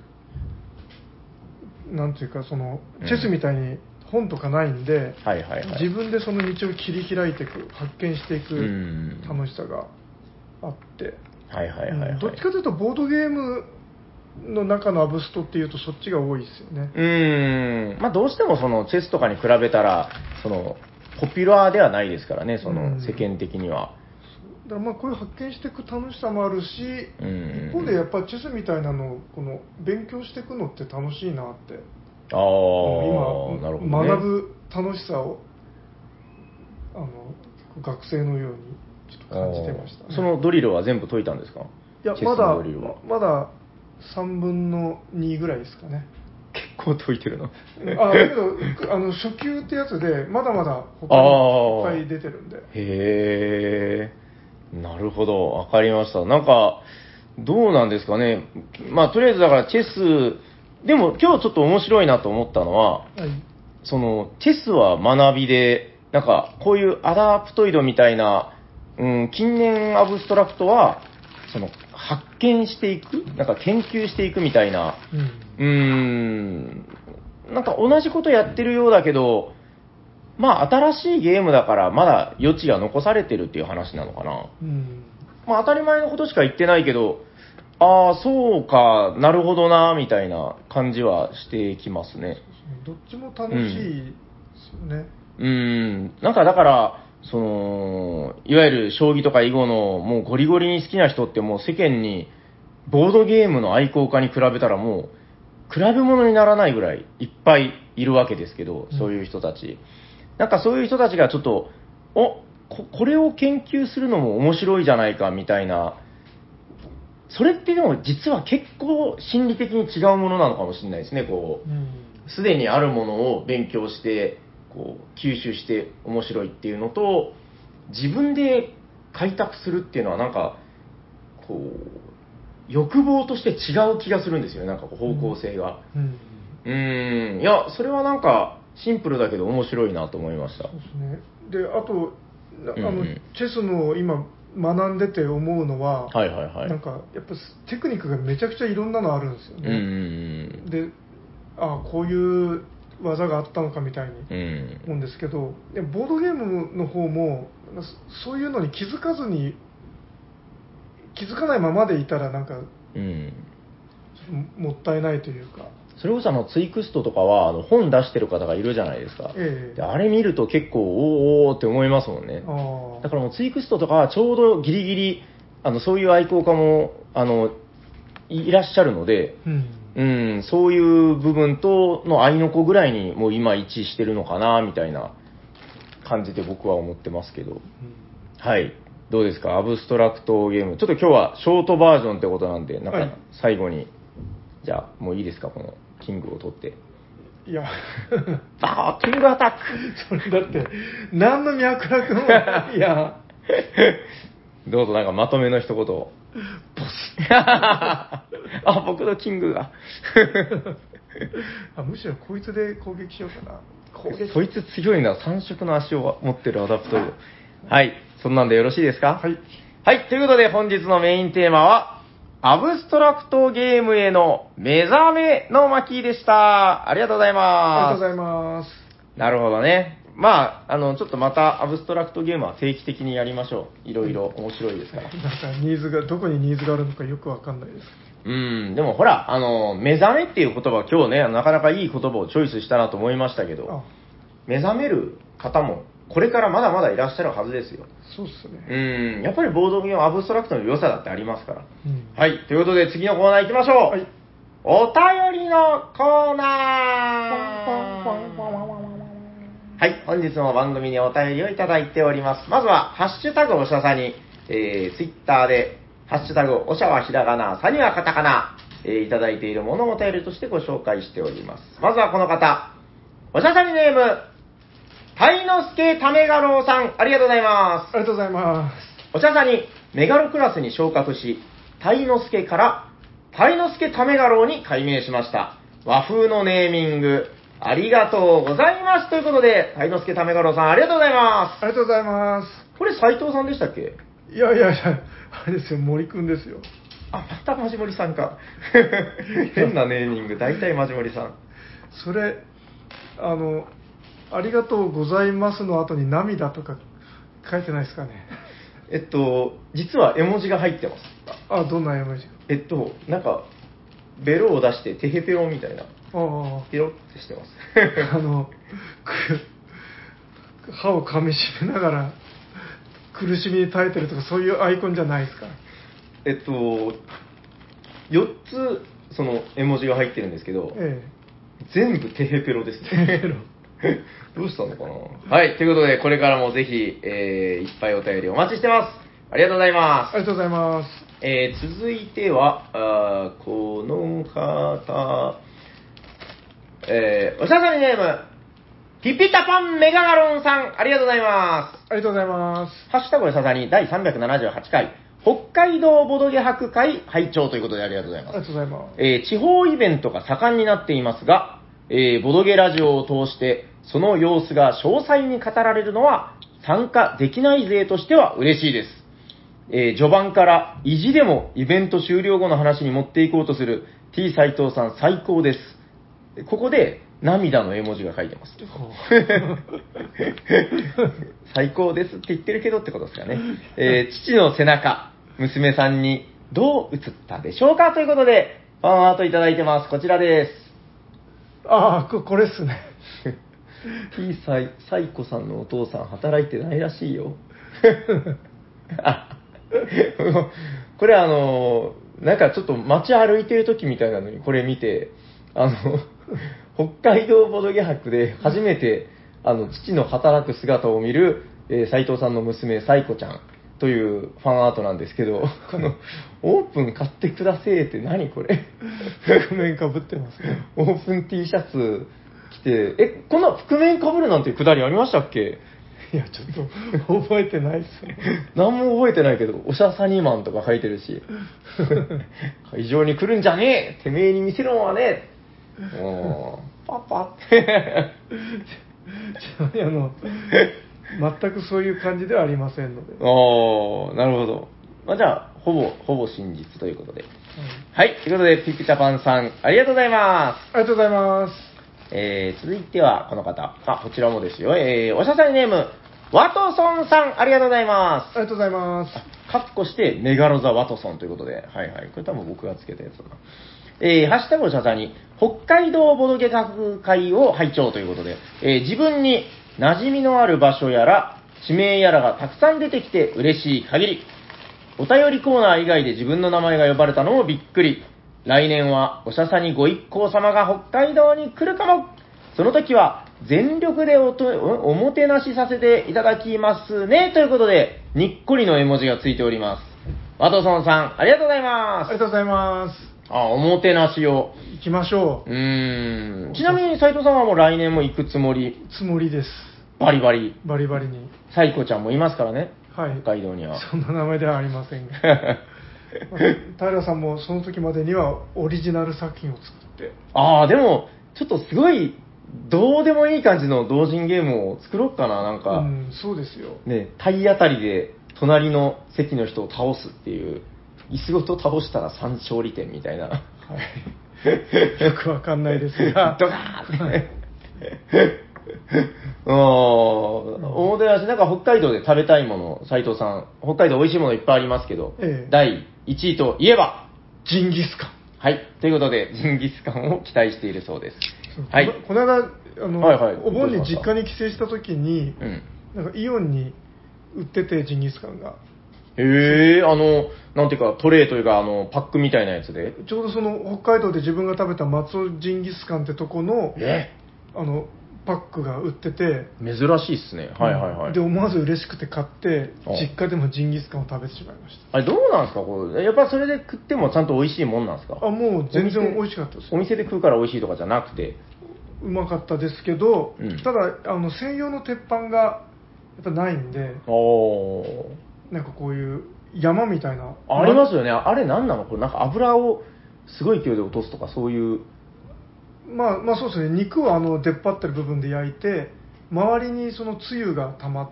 A: なんていうか、その、チェスみたいに本とかないんで、
B: うん、はいはいはい。
A: 自分でその道を切り開いていく、発見していく楽しさがあって、
B: はいはいはい、はいうん、
A: どっちかというと、ボードゲームの中のアブストっていうとそっちが多いですよね。
B: うーん。まあどうしてもそのチェスとかに比べたら、その、ポピュラーではないですからね、その世間的には。
A: だからまあこういう発見していく楽しさもあるし、
B: うん
A: 一方でやっぱりチェスみたいなのをこの勉強していくのって楽しいなって。
B: ああ、なるほど、ね、
A: 学ぶ楽しさをあの学生のようにちょっと感じてましたね。
B: そのドリルは全部解いたんですか？
A: いや、まだ、まださんぶんのにぐらいですかね。
B: 結構解いてるな。
A: あ、だけど、あの初級ってやつで、まだまだ他にいっぱい出てるんで。
B: へえ、なるほど、わかりました。なんか、どうなんですかね。まあ、とりあえずだからチェス、でも今日ちょっと面白いなと思ったのは、はい、その、チェスは学びで、なんか、こういうアダプトイドみたいな、うん、近年アブストラクトは、その、発見していくなんか研究していくみたいな、うん、うーん、なんか同じことやってるようだけど、まあ新しいゲームだからまだ余地が残されてるっていう話なのかな。うん、まあ当たり前のことしか言ってないけど、ああ、そうか、なるほどな、みたいな感じはしてきますね。
A: どっちも楽しいですよね。
B: うん、うんなんかだから、その、いわゆる将棋とか囲碁のもうゴリゴリに好きな人ってもう世間にボードゲームの愛好家に比べたらもう、比べ物にならないぐらいいっぱいいるわけですけど、そういう人たち。うん、なんかそういう人たちがちょっと、おこ、これを研究するのも面白いじゃないかみたいな、それってでも実は結構心理的に違うものなのかもしれないですね、こう、すでにあるものを勉強して、こう、吸収して面白いっていうのと、自分で開拓するっていうのはなんか、こう、欲望として違う気がするんですよね、なんかこう方向性が。うん。うーん、いや、それはなんか、シンプルだけど面白いなと思いました。
A: そうですね。で、あと、あの、うんうん、チェスの今、学んでて思うのは、
B: はいはいはい、
A: なんかやっぱテクニックがめちゃくちゃいろんなのあるんですよね。うんうんうん、で、ああこういう技があったのかみたいに思うんですけど、うん、ボードゲームの方もそういうのに気づかずに気づかないままでいたらなんか、うん、もったいないというか。
B: それこそあのツイクストとかはあの本出してる方がいるじゃないですか、ええ、であれ見ると結構おーおーって思いますもんね。だからもうツイクストとかはちょうどギリギリあのそういう愛好家もあのいらっしゃるので、うんうん、そういう部分との合いの子ぐらいにもう今一致してるのかなみたいな感じで僕は思ってますけど、うん、はいどうですかアブストラクトゲームちょっと今日はショートバージョンってことなんでなんか最後に、はい、じゃあもういいですかこのキングを取って。
A: いや
B: あキングアタック
A: それだって何の脈絡もいや
B: どうぞなんかまとめの一言を
A: ボス
B: あ僕のキングが
A: あむしろこいつで攻撃しようかな。攻撃
B: そいつ強いな三色の足を持ってるアダプトルはいそんなんでよろしいですか。
A: はい
B: はいということで本日のメインテーマはアブストラクトゲームへの目覚めの巻でした。ありがとうございます。
A: ありがとうございます。
B: なるほどね。まあ、あの、ちょっとまたアブストラクトゲームは定期的にやりましょう。いろいろ面白いですから。
A: なんかニーズが、どこにニーズがあるのかよくわかんないです。
B: うん、でもほら、あの、目覚めっていう言葉、今日ね、なかなかいい言葉をチョイスしたなと思いましたけど、あ目覚める方も、これからまだまだいらっしゃるはずですよ。
A: そうっすね。
B: うん、やっぱりボードゲームアブストラクトの良さだってありますから。うん、はい、ということで次のコーナー行きましょう。はい、お便りのコーナー。はい、本日も番組にお便りをいただいております。まずは、ハッシュタグおしゃさに、えー、ツイッターで、ハッシュタグおしゃはひらがな、さにはカタカナ、えー、いただいているものをお便りとしてご紹介しております。まずはこの方、おしゃさにネーム、たいのすけためがろうさん、ありがとうございます。
A: ありがとうございます。
B: おしゃさにメガロクラスに昇格し、たいのすけから、たいのすけためがろうに改名しました。和風のネーミング、ありがとうございます。ということで、たいのすけためがろうさん、ありがとうございます。
A: ありがとうございます。
B: これ、斉藤さんでしたっけ？
A: いやいやいや、あれですよ、森くんですよ。
B: あ、またマジモリさんか。変なネーミング、大体マジモリさん。
A: それ、あの、ありがとうございますの後に涙とか書いてないですかね。
B: えっと、実は絵文字が入ってます。
A: あ、どんな絵文字？
B: えっと、なんか、ベロを出してテヘペロみたいな。
A: ああ。
B: ペロってしてます。
A: あの、歯を噛みしめながら苦しみに耐えてるとかそういうアイコンじゃないですか。
B: えっと、よっつその絵文字が入ってるんですけど、ええ、全部テヘペロですね。どうしたのかな。はい、ということで、これからもぜひ、えー、いっぱいお便りお待ちしてます。ありがとうございます。
A: ありがとうございます。
B: えー、続いては、あこの方、えー、おしゃさにネーム、ピピタパンメガガロンさん、ありがとうございます。
A: ありがとうございます。
B: ハッシュタグおしゃさにだいさんびゃくななじゅうはちかい、北海道ボドゲ博会拝聴ということでありがとうございます。
A: ありがとうございます。
B: えー、地方イベントが盛んになっていますが、えー、ボドゲラジオを通して、その様子が詳細に語られるのは、参加できない勢としては嬉しいです。えー、序盤から意地でもイベント終了後の話に持っていこうとする T 斉藤さん最高です。ここで涙の絵文字が書いてます。最高ですって言ってるけどってことですかね。えー、父の背中、娘さんにどう映ったでしょうかということで、ファンアートいただいてます。こちらです。
A: ああ、こ、これっすね。
B: T サイ、サイコさんのお父さん働いてないらしいよ。あこれあの、 なんかちょっと街歩いてる時みたいなのにこれ見て、あの、北海道ボドゲ博で初めて、あの、父の働く姿を見る、えー、斉藤さんの娘、サイコちゃんというファンアートなんですけど、この、オープン買ってくだせーって何これ
A: 覆面かぶってますね。
B: オープン T シャツ着て、え、こんな覆面かぶるなんてくだりありましたっけ？
A: いや、ちょっと覚えてないっすね。
B: 何も覚えてないけど、おしゃさにマンとか書いてるし、会場に来るんじゃねえ、てめえに見せるもんはねえ、もう、パッパって。
A: ちなみにあの、全くそういう感じではありませんので。
B: おー、なるほど。まあ、じゃあ、ほぼ、ほぼ真実ということで。はい、はい、ということで、ピピタパンさん、ありがとうございます。
A: ありがとうございます。
B: えー、続いてはこの方。あ、こちらもですよ。えー、おしゃさにネーム、ワトソンさん、ありがとうございます。
A: ありがとうございます。
B: かっこして、メガロザ・ワトソンということで、はいはい。これ多分僕がつけたやつだな。えー、ハッシュタグおしゃさに、北海道ボドゲ学会を拝聴ということで、えー、自分に馴染みのある場所やら、地名やらがたくさん出てきて嬉しい限り。お便りコーナー以外で自分の名前が呼ばれたのもびっくり。来年はおしゃさにご一行様が北海道に来るかも。その時は全力でおとおもてなしさせていただきますね。ということで、にっこりの絵文字がついております。ワトソンさん、ありがとうございます。
A: ありがとうございます。
B: あ、おもてなしを。
A: 行きましょ
B: う。うーん。ちなみに斉藤さんはもう来年も行くつもり？
A: つもりです。
B: バリバリ。
A: バリバリに。
B: サイコちゃんもいますからね。
A: はい。
B: 北海道には。
A: そんな名前ではありませんが。まあ平さんもその時までにはオリジナル作品を作って。
B: ああ、でも、ちょっとすごい、どうでもいい感じの同人ゲームを作ろうかな、なんか。
A: うん、そうですよ。
B: ね、体当たりで隣の席の人を倒すっていう、椅子ごと倒したら三勝利点みたいな。はい。
A: よくわかんないですが。
B: ドカーンって。ああ、おもてなし、なんか北海道で食べたいもの、斉藤さん、北海道美味しいものいっぱいありますけど、
A: ええ、
B: だいいちいといえば、
A: ジンギスカン。
B: はい。ということで、ジンギスカンを期待しているそうです。はい。
A: この間、あの、
B: はいはい、
A: お盆に実家に帰省した時に、
B: うん、
A: なんかイオンに売ってて、ジンギスカンが。
B: へえ、あの、なんていうか、トレイというか、あの、パックみたいなやつで。
A: ちょうどその、北海道で自分が食べた松尾ジンギスカンってとこの、
B: え
A: あの、パックが売ってて、
B: 珍しいっすね。はいはいはい。
A: で、思わず嬉しくて買って、実家でもジンギスカンを食べてしまいました。
B: あれ、どうなんですかこれ。やっぱそれで食ってもちゃんと美味しいもんなんですか？
A: あ、もう全然美味しかったです。
B: お店で食うから美味しいとかじゃなくて。
A: うまかったですけど、
B: うん、
A: ただ、あの、専用の鉄板が、やっぱないんで、
B: お
A: なんかこういう山みたいな。
B: ありますよね。あれ何なのこれなんか油をすごい勢いで落とすとかそういう。
A: まあ、まあそうですね。肉をあの出っ張ってる部分で焼いて、周りにそのつゆが溜まって、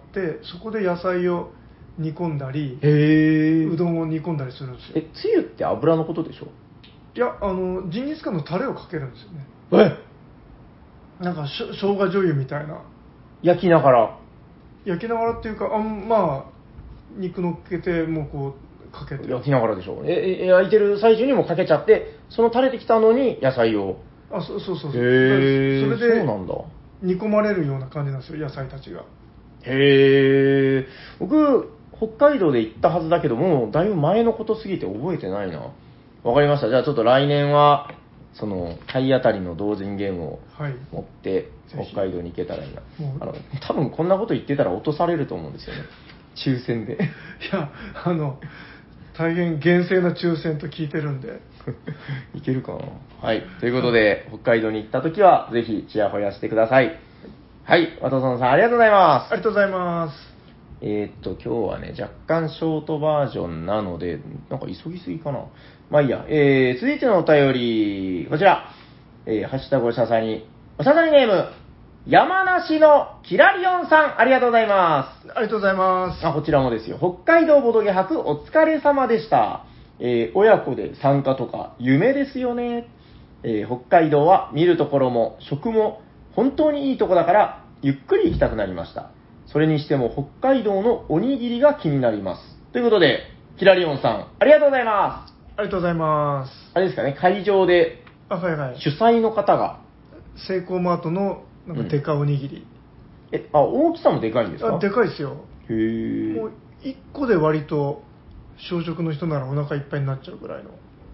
A: そこで野菜を煮込んだり、
B: へ
A: うどんを煮込んだりするんですよ。
B: え、つゆって油のことでしょ？
A: いや、あの、ジンギスカンのタレをかけるんですよね。
B: え
A: なんかしょ、生姜醤油みたいな。
B: 焼きながら。
A: 焼きながらっていうか、あまあ、肉乗っけて、もうこう、かけて。
B: 焼きながらでしょ？え、え焼いてる最中にもかけちゃって、その垂れてきたのに野菜を。
A: あ、そうそうそうそう。
B: へ
A: それで、
B: そうなんだ。
A: 煮込まれるような感じなんですよ、野菜たちが。
B: へえ。僕、北海道で行ったはずだけども、だいぶ前のことすぎて覚えてないな。わかりました。じゃあちょっと来年は、その、体当たりの同人ゲームを持って、北海道に行けたらいいな。あの、多分こんなこと言ってたら落とされると思うんですよね。抽選で。い
A: や、あの、大変厳正な抽選と聞いてるんで。
B: いけるかな。はい。ということで、北海道に行った時は、ぜひ、ちやほやしてください。はい。ワトソンさん、ありがとうございます。
A: ありがとうございます。
B: えーっと、今日はね、若干ショートバージョンなので、なんか急ぎすぎかな。まあいいや。えー、続いてのお便り、こちら。えー、ハッシュタグおしゃさに、おしゃさにネーム、山梨のキラリオンさん、ありがとうございます。
A: ありがとうございます。
B: あ、こちらもですよ。北海道ボドゲ博、お疲れ様でした。えー、親子で参加とか、夢ですよね。えー、北海道は見るところも、食も、本当にいいとこだから、ゆっくり行きたくなりました。それにしても、北海道のおにぎりが気になります。ということで、キラリオンさん、ありがとうございます。
A: ありがとうございます。
B: あれですかね、会場で、
A: あ、はいはい。
B: 主催の方が、
A: セイコーマートの、なんかデカおにぎり、
B: うん。え、あ、大きさもでかいんですか？
A: あ、でかいですよ。
B: へー。
A: もう、いっこで割と、小食の人ならお腹いっぱいになっちゃうぐらいの。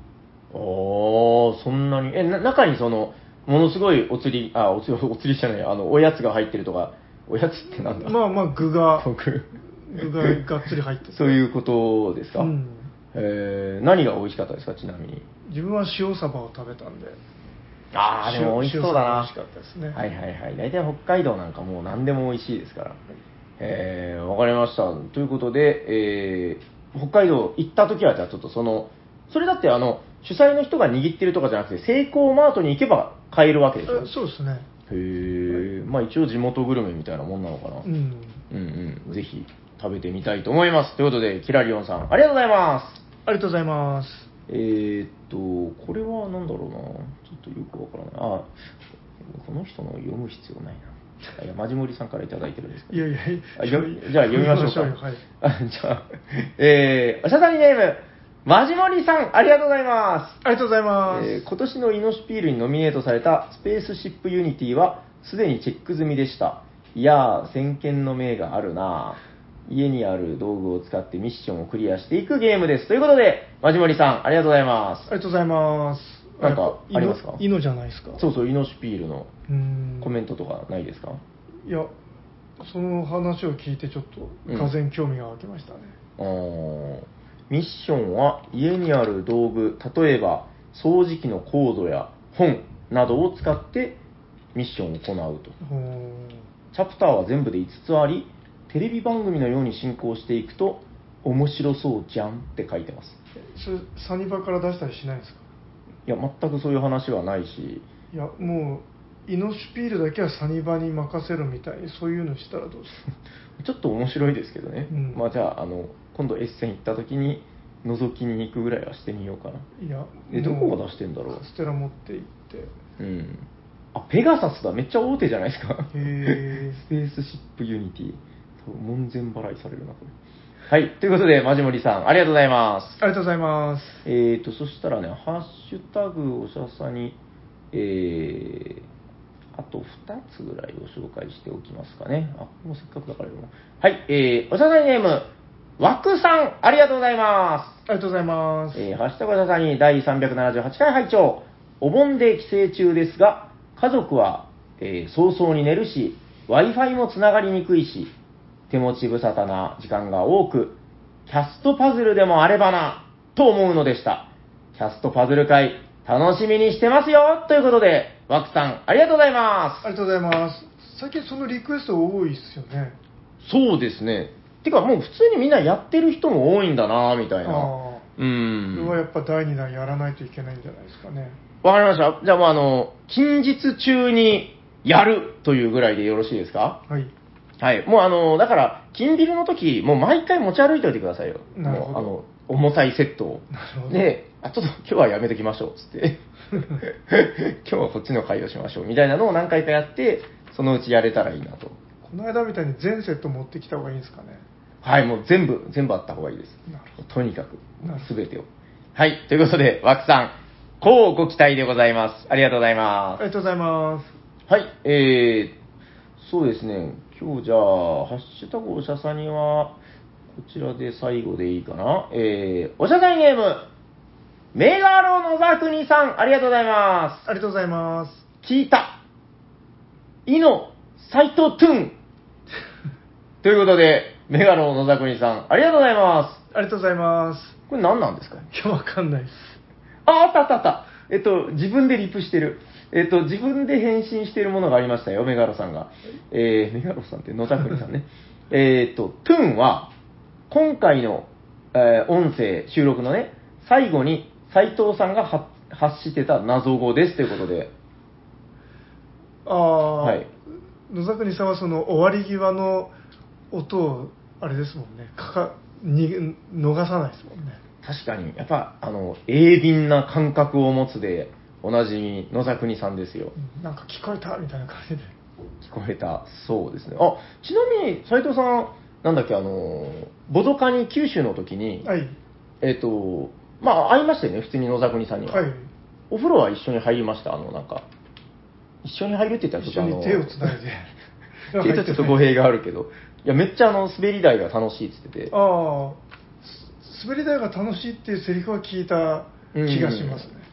B: おー、そんなに。え、な中にその、ものすごいお釣り、あ、お釣り、お釣りじゃない、あの、おやつが入ってるとか、おやつってなんだ。
A: まあまあ具が
B: 僕
A: 具ががっつり入ってて
B: そういうことですか、
A: うん、
B: えー、何が美味しかったですか、ちなみに。
A: 自分は塩サバを食べたんで。
B: あー、でも美味しそうだな。
A: 美味しかったですね。
B: はいはいはい。大体北海道なんかもう何でも美味しいですから。えー、わかりました。ということで、えー、北海道行った時は、じゃあちょっとその、それだってあの、主催の人が握ってるとかじゃなくて、セイコーマートに行けば買えるわけでしょ。
A: えそうですね。
B: へー、まあ一応地元グルメみたいなもんなのかな。
A: うん。
B: うんうん。ぜひ食べてみたいと思います。ということで、キラリオンさん、ありがとうございます。
A: ありがとうございます。
B: えーっと、これは何だろうな。ちょっとよくわからない。あ、この人の読む必要ないな。いや、マジモリさんからいただいてるんですか、
A: いやいや、
B: あよじゃあ読みましょうか。
A: 読みましょうよはい。
B: あじゃあ、えー、おしゃさにネーム、マジモリさん、ありがとうございます。
A: ありがとうございます。
B: えー今年のイノシピールにノミネートされたスペースシップユニティはすでにチェック済みでした。いやー、先見の明があるなぁ。家にある道具を使ってミッションをクリアしていくゲームです。ということで、マジモリさん、ありがとうございます。
A: ありがとうございます。
B: なんかありますか？
A: イノじゃないですか。
B: そうそう、イノシピールの
A: うーん
B: コメントとかないですか？
A: いや、その話を聞いてちょっと、がぜん興味が湧きましたね。
B: あーミッションは家にある道具、例えば掃除機のコードや本などを使ってミッションを行うと。
A: ほー
B: チャプターは全部でいつつあり、テレビ番組のように進行していくと面白そうじゃんって書いてます。
A: それ、サニバから出したりしないんですか？
B: いや、全くそういう話はないし、
A: いや、もう、イノシュピールだけはサニバに任せるみたいに、そういうのしたらどうですか？
B: ちょっと面白いですけどね。
A: うん
B: まあじゃあ、あの、今度エッセン行った時に覗きに行くぐらいはしてみようかな。
A: いや、
B: え、ど
A: もう
B: こが出してんだろう。
A: カステラ持って行って。
B: うん。あ、ペガサスだ。めっちゃ大手じゃないですか。
A: へ
B: スペースシップユニティ。多分門前払いされるな、これ。はい。ということで、マジモリさん、ありがとうございます。
A: ありがとうございます。
B: えーと、そしたらね、ハッシュタグおしゃさに、えー、あとふたつぐらいを紹介しておきますかね。あ、もうせっかくだからよ。はい、えー、おしゃさにネーム、わくさん、ありがとうございま
A: ありがとうございま
B: す。
A: す。
B: えー、ハッシュタグおしゃさにだいさんびゃくななじゅうはちかい拝聴。お盆で帰省中ですが、家族は、えー早々に寝るし、Wi-Fi もつながりにくいし、手持ち無沙汰な時間が多く、キャストパズルでもあればな、と思うのでした。キャストパズル会、楽しみにしてますよということで、ワクさん、ありがとうございま
A: ありがとうございます。最近そのリクエスト多いっすよね。
B: す。そうですね。てかもう普通にみんなやってる人も多いんだな、みたいな。
A: ああ。
B: う
A: これはや
B: ん。
A: っぱだいにだんやらないといけないんじゃないですかね。
B: わかりました。じゃあもうあの、近日中にやるというぐらいでよろしいですか？
A: はい。
B: はい。もうあの、だから、金ビルの時、もう毎回持ち歩いておいてくださいよ。
A: なるほど
B: もうあの、重たいセットを。
A: なるほど
B: で、あ、ちょっと今日はやめときましょう、つって。今日はこっちの会をしましょう、みたいなのを何回かやって、そのうちやれたらいいなと。
A: この間みたいに全セット持ってきた方がいいんですかね。
B: はい、もう全部、全部あった方がいいです
A: なるほ。
B: とにかく
A: なるほ、ど
B: すべてを。はい、ということで、枠さん、こうご期待でございます。ありがとうございます。
A: ありがとうございます。
B: はい、えー、そうですね、今日じゃあ、ハッシュタグおしゃさには、こちらで最後でいいかな。えー、おしゃさにゲーム、メガロのざくにさん、ありがとうございま
A: ありがとうございます。
B: す。聞いた。イノ、サイトトゥーン。ということで、メガロのざくにさん、ありがとうございま
A: ありがとうございます。
B: す。これ何なんですか？
A: いや、わかんないです。
B: あ、あったあったあった。えっと、自分でリプしてる。えっと、自分で返信してるものがありましたよ、メガロさんが。えー、メガロさんって野田国さんね。えっと、トゥーンは、今回の、えー音声収録のね、最後に斉藤さんが発発してた謎語ですということで、
A: ああ、
B: はい
A: 野沢国さんはその終わり際の音を、あれですもんね、かかに逃さないですもんね。
B: 確かに、やっぱ、あの、鋭敏な感覚を持つで、おなじみ野沢国さんですよ。
A: うんなんか聞こえたみたいな感じで。
B: 聞こえた、そうですね。あ、ちなみに、斉藤さん、なんだっけ、あの、ボドカに九州の時に、
A: はい。
B: えっ、と、まあ、会いましたよね、普通に野沢国さんには。
A: はい。
B: お風呂は一緒に入りました、あの、なんか。一緒に入るって言ったら
A: 一緒に手をつないで。
B: 手とちょっと語弊があるけど、いや、めっちゃあの、滑り台が楽しいって言ってて、
A: ああ、す滑り台が楽しいっていうセリフは聞いた気がしますね。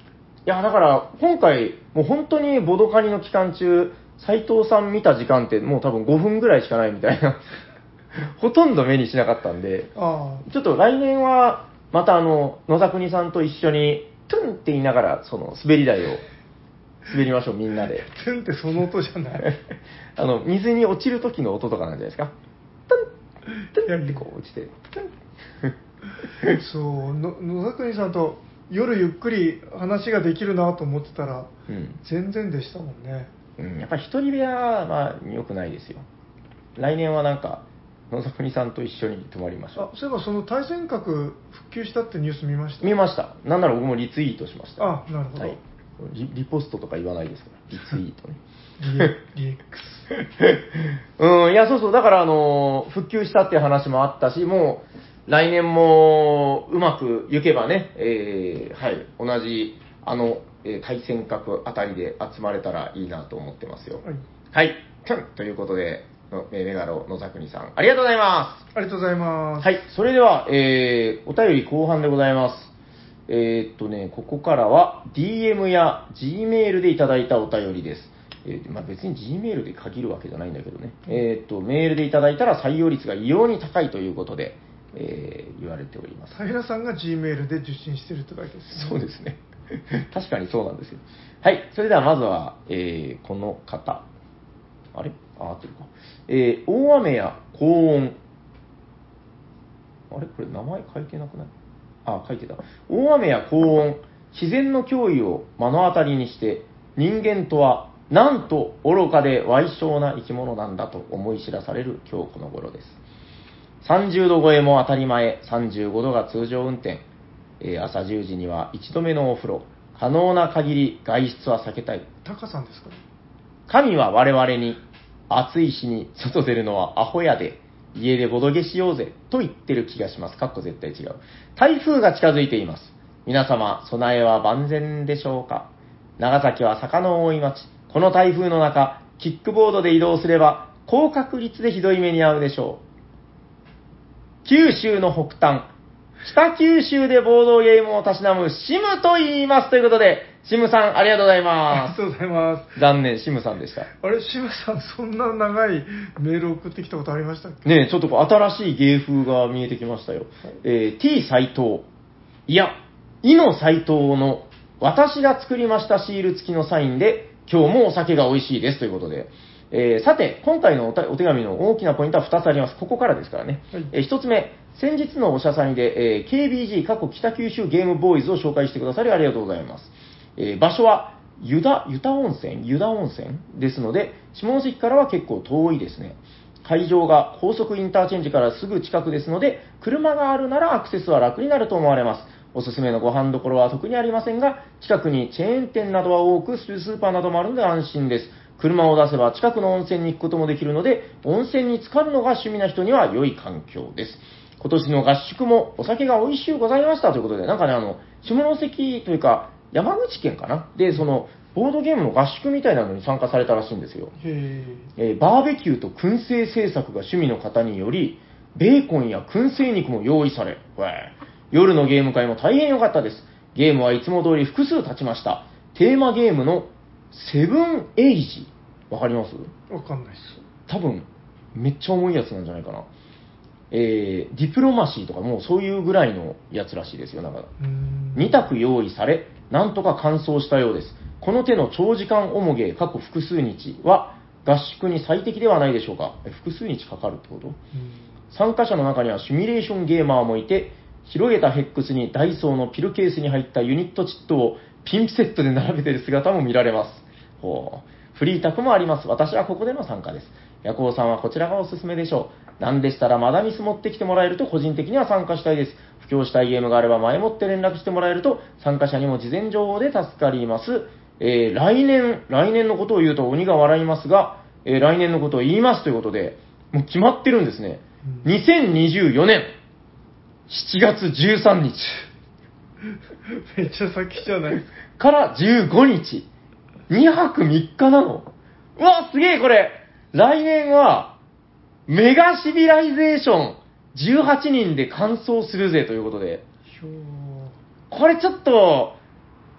B: や、だから、今回、もう本当にボドカニの期間中、斉藤さん見た時間ってもう多分ごふんぐらいしかないみたいな。ほとんど目にしなかったんで、
A: あ
B: ちょっと来年は、またあの、野沢国さんと一緒に、トゥンって言いながら、その、滑り台を滑りましょう、みんなで。
A: トゥンってその音じゃない。
B: あの、水に落ちる時の音とかなんじゃないですか。トゥン、トゥンってこう落ちて、トゥン。
A: そう、の野沢国さんと夜ゆっくり話ができるなと思ってたら、
B: うん、
A: 全然でしたもんね。
B: うん、やっぱり一人部屋は、まあ、良くないですよ。来年はなんか、野沢国さんと一緒に泊まりましょう。
A: あ、そういえばその対戦格復旧したってニュース見ました？
B: 見ました。なんなら僕もリツイートしました。
A: あ、なるほど。
B: はい、リ, リポストとか言わないですから、リツイートね。
A: リエックス。
B: うん、いや、そうそう、だから、あの、復旧したっていう話もあったし、もう、来年もうまくいけばね、えー、はい、同じ、あの、えー対戦格あたりで集まれたらいいなと思ってますよ。
A: はい。
B: はい、ということで、のメガロ野沢国さん、ありがとうございま
A: ありがとうございます。
B: す。はい、それでは、えー、お便り後半でございます。えーっとね、ここからは ディーエム や G メールでいただいたお便りです。えーまあ、別に G メールで限るわけじゃないんだけどね。えーっと、メールでいただいたら採用率が異様に高いということで、えー言われております。
A: 平さんが G メールで受信してるって書いてですね。
B: そうですね。確かにそうなんですよ。はい、それではまずは、えーこの方。あれあ、合ってるか。えー大雨や高温。あれこれ名前書いてなくない？あ、書いてた。大雨や高温、自然の脅威を目の当たりにして、人間とはなんと愚かで歪小な生き物なんだと思い知らされる今日この頃です。さんじゅうど超えも当たり前、さんじゅうごどが通常運転、えー朝じゅうじにはいちどめのお風呂、可能な限り外出は避けたい。
A: タカさんですかね。
B: 神は我々に、暑い日に外出るのはアホやで、家でボドゲしようぜ、と言ってる気がします。かっこ絶対違う。台風が近づいています。皆様、備えは万全でしょうか？長崎は坂の多い町。この台風の中、キックボードで移動すれば、高確率でひどい目に遭うでしょう。九州の北端、北九州でボードゲームをたしなむシムと言います。ということで、シムさん、ありがとうござい
A: あり
B: ま
A: がとうございます。
B: す。残念、シムさんでした。
A: あれ、シムさん、そんな長いメール送ってきたことありましたっけ？
B: ねえ、ちょっとこう新しい芸風が見えてきましたよ。えー T 斎藤。いや、イの斎藤の私が作りましたシール付きのサインで、今日もお酒が美味しいですということで。えーさて、今回のおたお手紙の大きなポイントはふたつあります。ここからですからね。
A: はい
B: えーひとつめ、先日のおしゃさにで、えー ケービージー 過去北九州ゲームボーイズを紹介してくださりありがとうございます。えー場所は湯田、湯田温泉湯田温泉ですので、下関からは結構遠いですね。会場が高速インターチェンジからすぐ近くですので、車があるならアクセスは楽になると思われます。おすすめのご飯どころは特にありませんが、近くにチェーン店などは多く、スーパーなどもあるので安心です。車を出せば近くの温泉に行くこともできるので、温泉に浸かるのが趣味な人には良い環境です。今年の合宿もお酒が美味しゅうございましたということで、なんかね、あの、下関というか、山口県かなで、その、ボードゲームの合宿みたいなのに参加されたらしいんですよ。
A: へ
B: えーバーベキューと燻製製作が趣味の方により、ベーコンや燻製肉も用意され、わー夜のゲーム会も大変良かったです。ゲームはいつも通り複数立ちました。テーマゲームのセブンエイジ。わかります？
A: え。わかんないっす。
B: 多分、めっちゃ重いやつなんじゃないかな。えーディプロマシーとかもうそういうぐらいのやつらしいですよ。なんか
A: うーん
B: に択用意され、なんとか完走したようです。この手の長時間重げ、過去複数日は合宿に最適ではないでしょうか。え複数日かかるってこと？
A: うん
B: 参加者の中にはシミュレーションゲーマーもいて、広げたヘックスにダイソーのピルケースに入ったユニットチットをピンセットで並べている姿も見られます。ほうフリータクもあります。私はここでの参加です。ヤコウさんはこちらがおすすめでしょう。なんでしたらマダミス持ってきてもらえると個人的には参加したいです。布教したいゲームがあれば前もって連絡してもらえると参加者にも事前情報で助かります。えー来年、来年のことを言うと鬼が笑いますが、えー来年のことを言いますということで、もう決まってるんですね。
A: うん
B: にせんにじゅうよねんしちがつじゅうさんにち
A: めっちゃ先じゃないですか。
B: からじゅうごにち。にはくみっかなの。うわ、すげえこれ。来年は、メガシビライゼーションじゅうはちにんで完走するぜということで。
A: ひょー
B: これちょっと、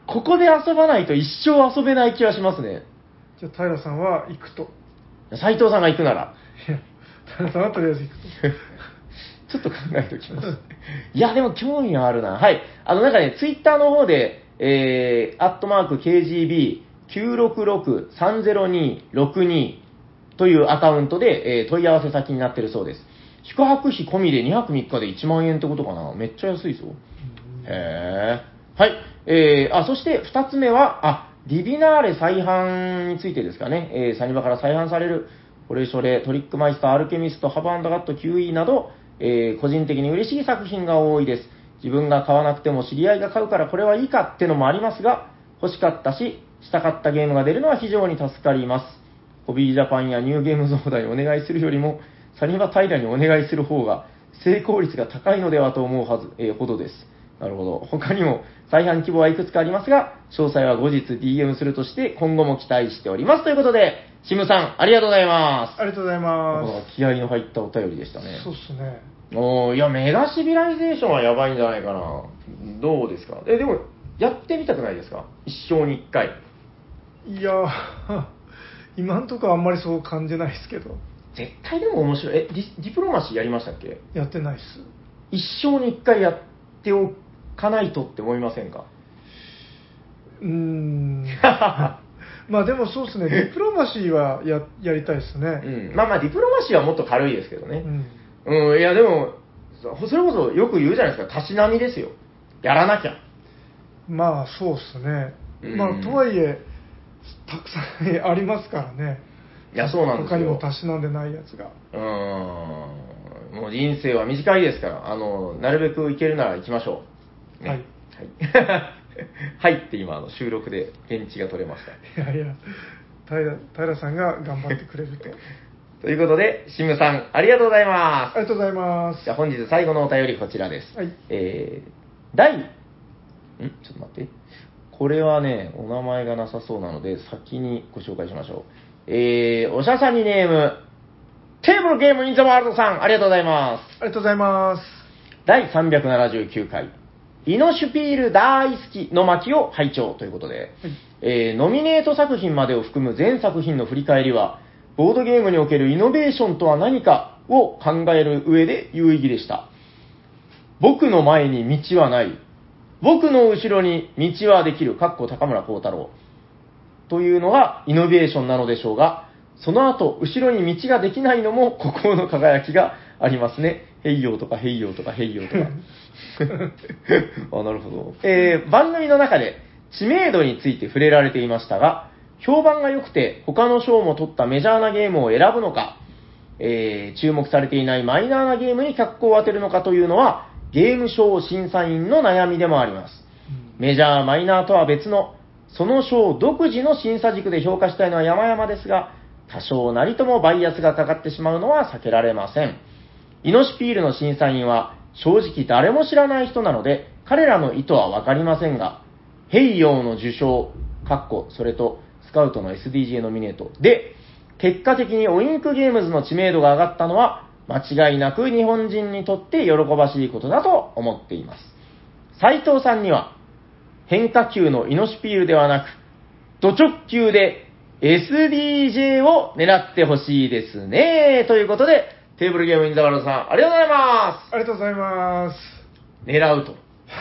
B: ここで遊ばないと一生遊べない気はしますね。
A: じゃあ平さんは行くと。
B: 斉藤さんが行くなら。
A: いや、平さんはとりあえず行くと。
B: ちょっと考えておきます。いや、でも興味はあるな。はい。あの、なんかね、ツイッターの方で、えー、アットマーク ケージービーきゅうろくろくさんぜろにろくに というアカウントで、えー問い合わせ先になってるそうです。宿泊費込みでにはくみっかでいちまん円ってことかな。めっちゃ安いぞ。へー。はい。えー、あ、そしてふたつめは、あ、ディビナーレ再販についてですかね。えー、サニバから再販される、これそれ、トリックマイスター、アルケミスト、ハブ&ガット キューイー など、えー個人的に嬉しい作品が多いです。自分が買わなくても知り合いが買うからこれはいいかってのもありますが、欲しかったし、したかったゲームが出るのは非常に助かります。ホビージャパンやニューゲームズオーダーにお願いするよりも、サニバ平にお願いする方が成功率が高いのではと思うはず、えーほどです。なるほど。他にも再販規模はいくつかありますが、詳細は後日 ディーエム するとして今後も期待しております。ということで、シムさん、ありがとうございます。
A: ありがとうございま
B: 気合の入ったお便りでしたね。
A: す。そうっすね。
B: おー、いや、メガシビライゼーションはやばいんじゃないかな。どうですか？え、でも、やってみたくないですか？一生に一回。
A: いやー、今んとこあんまりそう感じないですけど、
B: 絶対でも面白い。え、ディディプロマシーやりましたっけ？
A: やってないっす。
B: 一生に一回やっておかないとって思いませんか？
A: うーん。まあでもそうですね、ディプロマシーはややりたいですね。
B: うん。まあまあ、ディプロマシーはもっと軽いですけどね。
A: うん。
B: うん、いや、でも、そそれこそよく言うじゃないですか、たしなみですよ。やらなきゃ。
A: まあそうっすね。
B: うん
A: まあとはいえ、たくさんありますからね。
B: いや、そうなんですよ。
A: 他にもたしなんでないやつが。
B: うーん。もう人生は短いですから、あの、なるべく行けるなら行きましょう。ね、
A: はい。
B: はい。はいって今、あの収録で現地が取れました。
A: いやいや、平平さんが頑張ってくれると。
B: ということで、シムさん、ありがとうございます。
A: ありがとうございます。
B: じゃあ本日最後のお便りこちらです。
A: はい。
B: えー、第、んちょっと待って。これはね、お名前がなさそうなので、先にご紹介しましょう。えー、おしゃさにネーム、テーブルゲームインザワールドさん、ありがとうございます。
A: ありがとうございます。
B: だいさんびゃくななじゅうきゅうかい、イノシュピール大好きの巻を拝聴ということで、
A: はい、
B: えーノミネート作品までを含む全作品の振り返りは、ボードゲームにおけるイノベーションとは何かを考える上で有意義でした。僕の前に道はない。僕の後ろに道はできる。かっこ高村光太郎。というのがイノベーションなのでしょうが、その後、後ろに道ができないのも孤高の輝きがありますね。ヘイヨーとかヘイヨーとかヘイヨーとか。あ、なるほど。えー番組の中で知名度について触れられていましたが、評判が良くて他の賞も取ったメジャーなゲームを選ぶのか、えー注目されていないマイナーなゲームに脚光を当てるのかというのは、ゲーム賞審査員の悩みでもあります。メジャー、マイナーとは別の、その賞独自の審査軸で評価したいのは山々ですが、多少なりともバイアスがかかってしまうのは避けられません。イノシピールの審査員は正直誰も知らない人なので、彼らの意図はわかりませんが、ヘイヨーの受賞、かっこそれとスカウトの エスディージェー ノミネートで、結果的にオインクゲームズの知名度が上がったのは、間違いなく日本人にとって喜ばしいことだと思っています。斉藤さんには、変化球のイノシピールではなく、ド直球で エスディージェー を狙ってほしいですね。ということで、テーブルゲームインザワールドさん、ありがとうございま
A: ありがとうございます。
B: す。狙うと。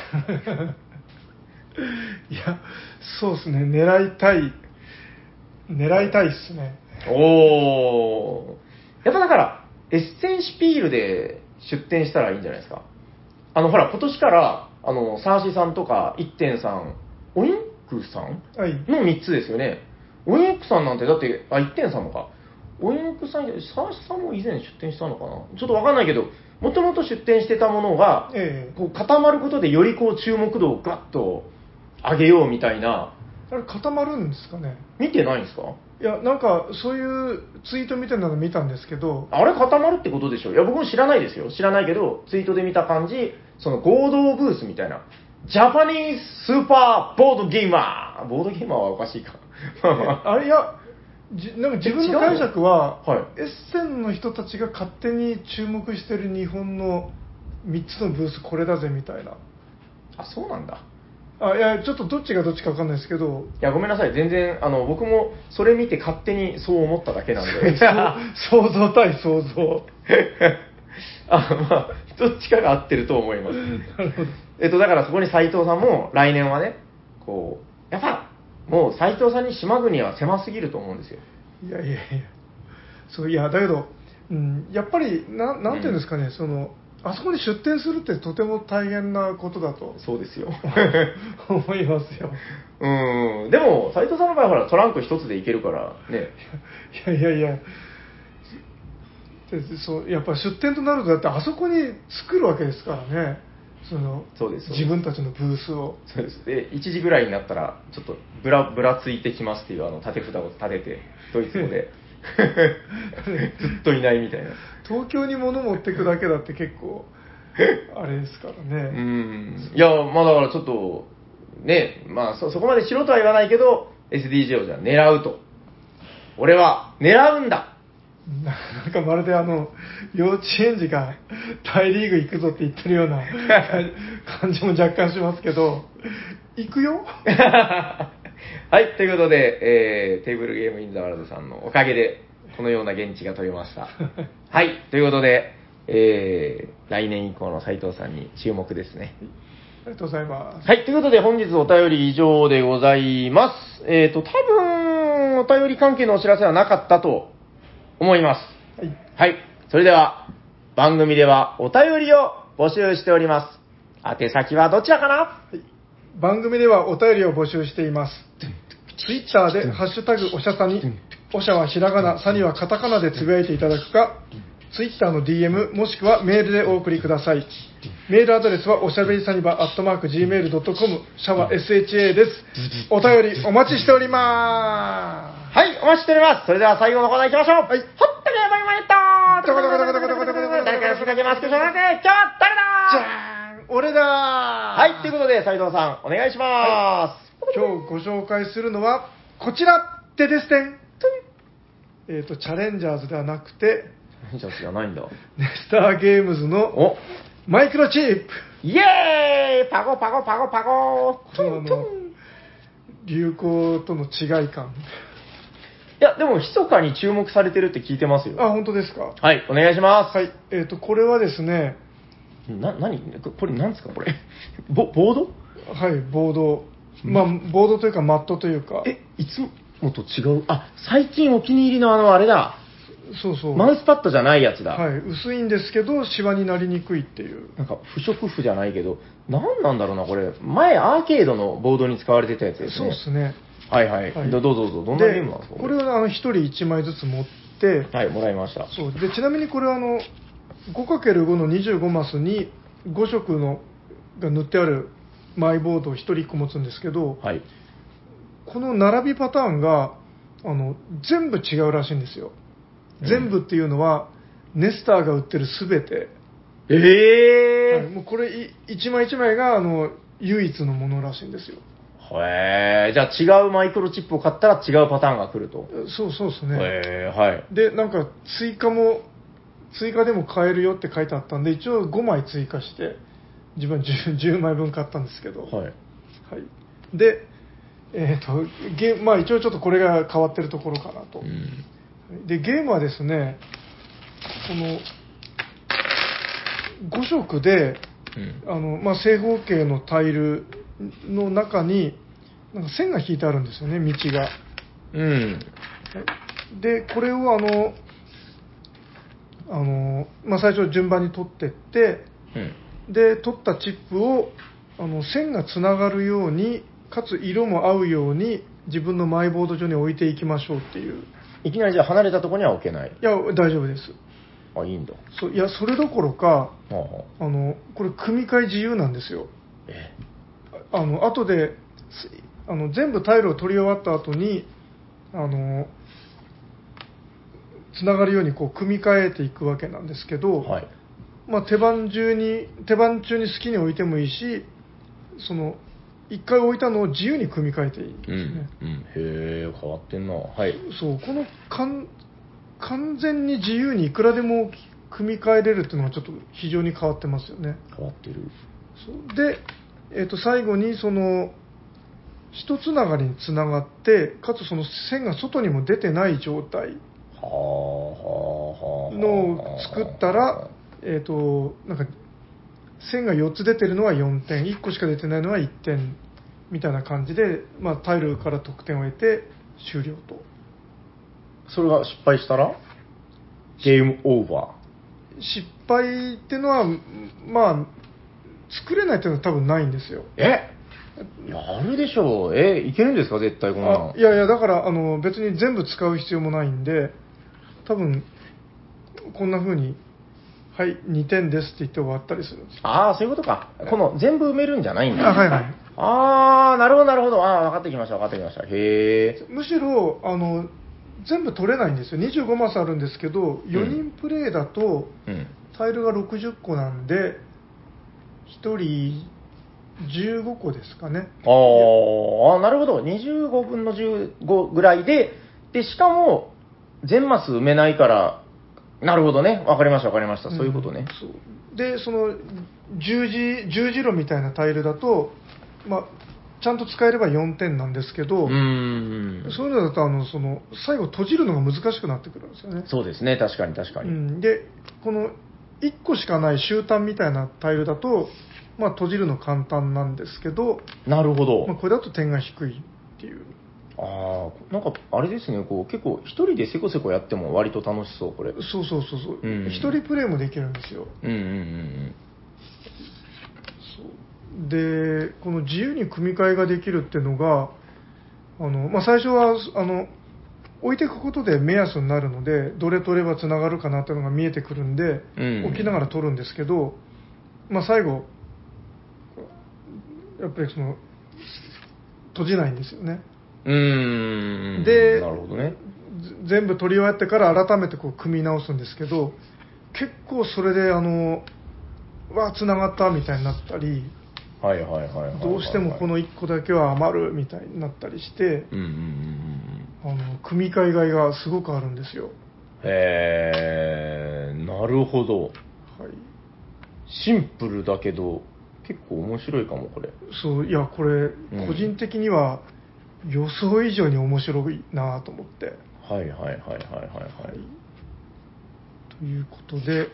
A: いや、そうですね、狙いたい、狙いたいっすね。
B: おー。やっぱだから、エッセンシピールで出店したらいいんじゃないですか。あの、ほら、今年から、あの、サーシさんとか、いってんさん、オインクさん
A: はい。
B: のみっつですよね。オインクさんなんて、だって、あ、いってんさんもか。オインクさん、サーシさんも以前出店したのかなちょっとわかんないけど、もともと出店してたものが、
A: ええ
B: こう固まることでよりこう注目度をガッと上げようみたいな、
A: あれ固まるんですかね。
B: 見てないんですか？
A: いや、なんかそういうツイートみたいなの見たんですけど、
B: あれ固まるってことでしょ？いや、僕も知らないですよ。知らないけど、ツイートで見た感じ、その合同ブースみたいな。ジャパニーズスーパーボードゲーマーボードゲーマーはおかしいか。
A: あれ、いや、じなんか自分の解釈は、
B: はい
A: エッセンの人たちが勝手に注目してる日本のみっつのブースこれだぜみたいな。
B: あ、そうなんだ。
A: あ、いや、ちょっとどっちがどっちか分かんないですけど。
B: いや、ごめんなさい。全然、あの、僕もそれ見て勝手にそう思っただけなんで。
A: 想像対想像。
B: あ、まあ、どっちかが合ってると思います。
A: なるほど。
B: えっと、だからそこに斉藤さんも来年はね、こう、やっぱ、もう斉藤さんに島国は狭すぎると思うんですよ。
A: いやいやいや。そう、いや、だけど、うん、やっぱり、ななんていうんですかね、うん、その、あそこに出店するってとても大変なことだと。
B: そうですよ。
A: 思いますよ。
B: うん。でも、斉藤さんの場合はほらトランク一つでいけるからね。
A: いやいやいや。でそうやっぱ出店となるとだってあそこに作るわけですからね。その
B: そうです
A: 自分たちのブースを。
B: そうです。で、いちじぐらいになったら、ちょっとぶらぶらついてきますっていうあの縦札を立てて、ドイツ語で。ずっといないみたいな。
A: 東京に物持っていくだけだって結構、あれですからね。
B: うん。いや、まあだからちょっと、ね、まあそ、そこまでしろとは言わないけど、エスディージェー をじゃあ狙うと。俺は狙うんだ。
A: なんかまるであの、幼稚園児が大リーグ行くぞって言ってるような感じも若干しますけど、行くよ
B: はい、ということで、えー、テーブルゲームインザワールドさんのおかげで、このような現地が取れました。はい、ということで、えー、来年以降の斉藤さんに注目ですね。
A: ありがとうございます。
B: はい、ということで本日お便り以上でございます。えーと、多分、お便り関係のお知らせはなかったと思います。
A: はい。
B: はい。それでは、番組ではお便りを募集しております。宛先はどちらかな、はい、
A: 番組ではお便りを募集しています。ツイッターでハッシュタグおしゃさに、おしゃはひらがな、さにはカタカナでつぶやいていただくか、ツイッターの ディーエム もしくはメールでお送りください。メールアドレスはおしゃべりさにばアットマーク ジーメールドットコム、シャワー エスエイチエー です。お便りお待ちしておりま
B: す。はい、お待ちしております。それでは最後のコーナー行きましょう。はい。ほっとけばいまいったー。
A: どこどこどこどこどこどこどこどこ
B: 誰かよしかけますけど、今日は誰だ
A: じゃーん、俺だー。
B: はい、ということで斉藤さんお願いします。
A: はい、今日ご紹介するのはこちらでですてん。えっとチャレンジャーズではなくて、
B: チャレンジャーズじゃないんだ。
A: ネスターゲームズの
B: お
A: マイクロチップ。
B: イエーイ、パコパコパコパコ。
A: トントン。流行との違い感。
B: いや、でも密かに注目されてるって聞いてますよ。
A: あ、本当ですか。
B: はい、お願いします。
A: はい、えっとこれはですね、
B: な、何これなんですかこれ。ボボード？
A: はい、ボード。まあボードというかマットというか。
B: え、いつもと違う？あ、最近お気に入りのあのあれだ。
A: そうそう。
B: マウスパッドじゃないやつだ。
A: はい、薄いんですけどシワになりにくいっていう。
B: なんか不織布じゃないけど、何なんだろうなこれ。前アーケードのボードに使われてたやつですね。
A: そうですね。
B: はいはい。はい、どうぞどうぞ。どんなゲームなんですか？
A: これはあのひとりいちまいずつ持って、
B: はい、もらいました。
A: そうでちなみにこれはあの ごかけるご のにじゅうごマスにご色のが塗ってあるマイボードをひとりいっこ持つんですけど、
B: はい、
A: この並びパターンがあの全部違うらしいんですよ。全部っていうのは、うん、ネスターが売ってるすべて。
B: えー、
A: はい、もうこれ一枚一枚があの唯一のものらしいんですよ。
B: へえ、じゃあ違うマイクロチップを買ったら違うパターンが来ると。
A: そうそうですね。
B: へえ、はい。
A: で、なんか追加も、追加でも買えるよって書いてあったんで、一応ごまい追加して、自分は 10, じゅうまいぶん買ったんですけど。
B: はい。はい、
A: で、えっ、ー、と、ゲまあ一応ちょっとこれが変わってるところかなと。うん、で、ゲームはですね、この、ご色で、うん、あのまあ、正方形のタイルの中になんか線が引いてあるんですよね、道が。
B: うん、
A: でこれをあのあの、まあ、最初順番に取ってって、うん、で取ったチップをあの線がつながるようにかつ色も合うように自分のマイボード上に置いていきましょうっていう。
B: いきなりじゃあ離れたところには置けない？
A: いや大丈夫です。
B: あ、いいんだ。
A: そいやそれどころか、はあはあ、あのこれ組み替え自由なんですよ。えあの後であの全部タイルを取り終わった後にあのつながるようにこう組み替えていくわけなんですけど、はい、まあ、手番中に手番中に好きに置いてもいいし、その一回置いたのを自由に組み替えていいんですね。
B: うんうん、へえ、変わってんな。はい。
A: そうこのかん完全に自由にいくらでも組み替えれるっていうのがちょっと非常に変わってますよね。
B: 変わってる。
A: そうで、 えー、と最後にその一つながりにつながって、かつその線が外にも出てない状態のを作ったら、えー、となんか線がよっつ出てるのはよんてん、いっこしか出てないのはいってんみたいな感じで、まあ、タイルから得点を得て終了と。
B: それが失敗したらゲームオーバ
A: ー。失敗っていうのは、まあ、作れないっていうのは多分ないんですよ。
B: えやるでしょう。えいけるんですか絶対こんなの。
A: いやいや、だからあの別に全部使う必要もないんで、多分こんな風にはい、にてんですって言って終わったりするんですよ。
B: ああ、そういうことか。この全部埋めるんじゃないんだ。
A: あ、はいはい。
B: ああ、なるほど、なるほど。ああ、分かってきました、分かってきました。へえ。
A: むしろ、あの、全部取れないんですよ。にじゅうごマスあるんですけど、よにんプレイだと、
B: うん、
A: タイルがろくじゅっこなんで、ひとりじゅうごこですかね。
B: ああ、なるほど。にじゅうごぶんのじゅうごぐらいで、で、しかも、全マス埋めないから、なるほどね。わかりました、わかりました。そういうことね。
A: うん、そうで、その十字、十字路みたいなタイルだと、まあ、ちゃんと使えればよんてんなんですけど、
B: うーん
A: そういうのだとあのその最後閉じるのが難しくなってくるんですよね。
B: そうですね、確かに確かに。
A: うん、で、このいっこしかない終端みたいなタイルだと、まあ、閉じるの簡単なんですけど、
B: なるほど。
A: まあ、これだと点が低いっていう。
B: ああ、なんか、あれですね、こう、結構、一人でせこせこやっても割と楽しそう、これ。
A: そうそうそうそう、
B: うん
A: 一人プレイもできるんですよ。
B: うんうんうん
A: そうで、この自由に組み替えができるっていうのが、あのまあ、最初はあの置いていくことで目安になるので、どれ取ればつながるかなっていうのが見えてくるんで、
B: うん。
A: 置きながら取るんですけど、まあ、最後、やっぱりその閉じないんですよね。
B: うーん。
A: で、
B: なるほどね。
A: 全部取り終わってから改めてこう組み直すんですけど、結構それであのうわつながったみたいになったり、
B: はいはいはいはいはいはい。
A: どうしてもこのいっこだけは余るみたいになったりして、
B: うんうんうんうん。
A: あの組み替えがいがすごくあるんですよ。
B: へえ、なるほど。
A: はい。
B: シンプルだけど、結構面白いかも、これ。
A: そう、いや、これ、
B: うん
A: 個人的には予想以上に面白いなと思って。
B: はいはいはいはいはい、はい。
A: ということで、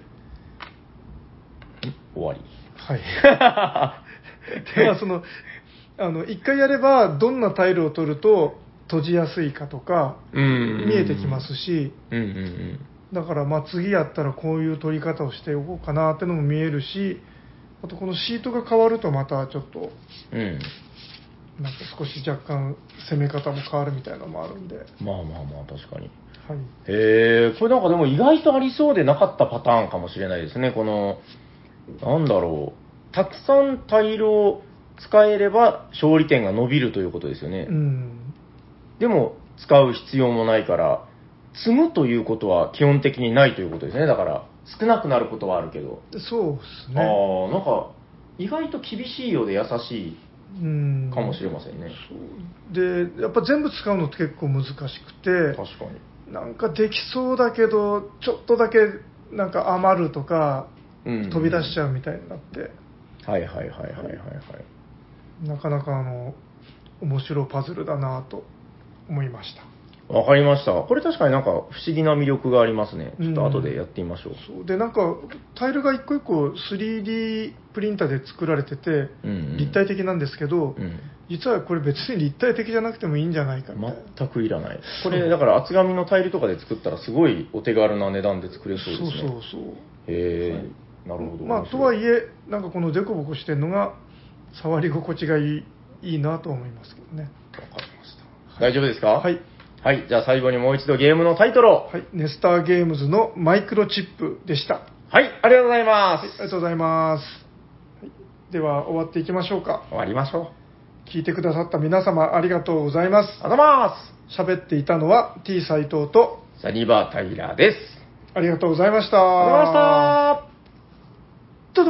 B: 終わり。
A: はい。では、その、あの、一回やれば、どんなタイルを取ると閉じやすいかとか、見えてきますし、
B: うんうんうん。
A: だから、まあ、次やったらこういう取り方をしておこうかなってのも見えるし、あとこのシートが変わるとまたちょっと、
B: うん。
A: なんか少し若干攻め方も変わるみたいなのもあるんで。
B: まあまあまあ、確かに。
A: はい。
B: へえ、これなんかでも意外とありそうでなかったパターンかもしれないですね。この、なんだろう。たくさんタイルを使えれば勝利点が伸びるということですよね。
A: うん。
B: でも、使う必要もないから、積むということは基本的にないということですね。だから、少なくなることはあるけど。
A: そうですね。
B: ああ、なんか、意外と厳しいようで優しい
A: うん
B: かもしれませんね。
A: そうで、やっぱ全部使うのって結構難しくて、
B: 確かに。
A: なんかできそうだけど、ちょっとだけなんか余るとか、
B: うん
A: 飛び出しちゃうみたいになって、
B: はいはいはいはいはいはい。
A: なかなかあの面白いパズルだなと思いました。
B: わかりました。これ確かになんか不思議な魅力がありますね。ちょっと後でやってみましょう。
A: そうで、なんかタイルが一個一個 スリーディー プリンターで作られてて、
B: うんうん、
A: 立体的なんですけど、
B: うん、
A: 実はこれ別に立体的じゃなくてもいいんじゃないかみたいな。
B: 全くいらない。これだから厚紙のタイルとかで作ったらすごいお手軽な値段で作れそうですね。
A: そうそうそう。
B: へえ、
A: はい、
B: なるほど。
A: まあ、とはいえ、なんかこのデコボコしてるのが触り心地がいいいいなと思いますけどね。
B: わかりました。大丈夫ですか？
A: はい。
B: はい、じゃあ最後にもう一度ゲームのタイトルを。
A: はい、ネスターゲームズのマイクロチップでした。
B: はい、ありがとうございます。
A: はい、ありがとうございます。はい、では終わっていきましょうか。
B: 終わりましょ
A: う。聞いてくださった皆様ありがとうございます。
B: ありがとうございます。
A: 喋っていたのは T 斎藤と
B: サニバータイラーです。
A: ありがとうございました。
B: ありがとうございました。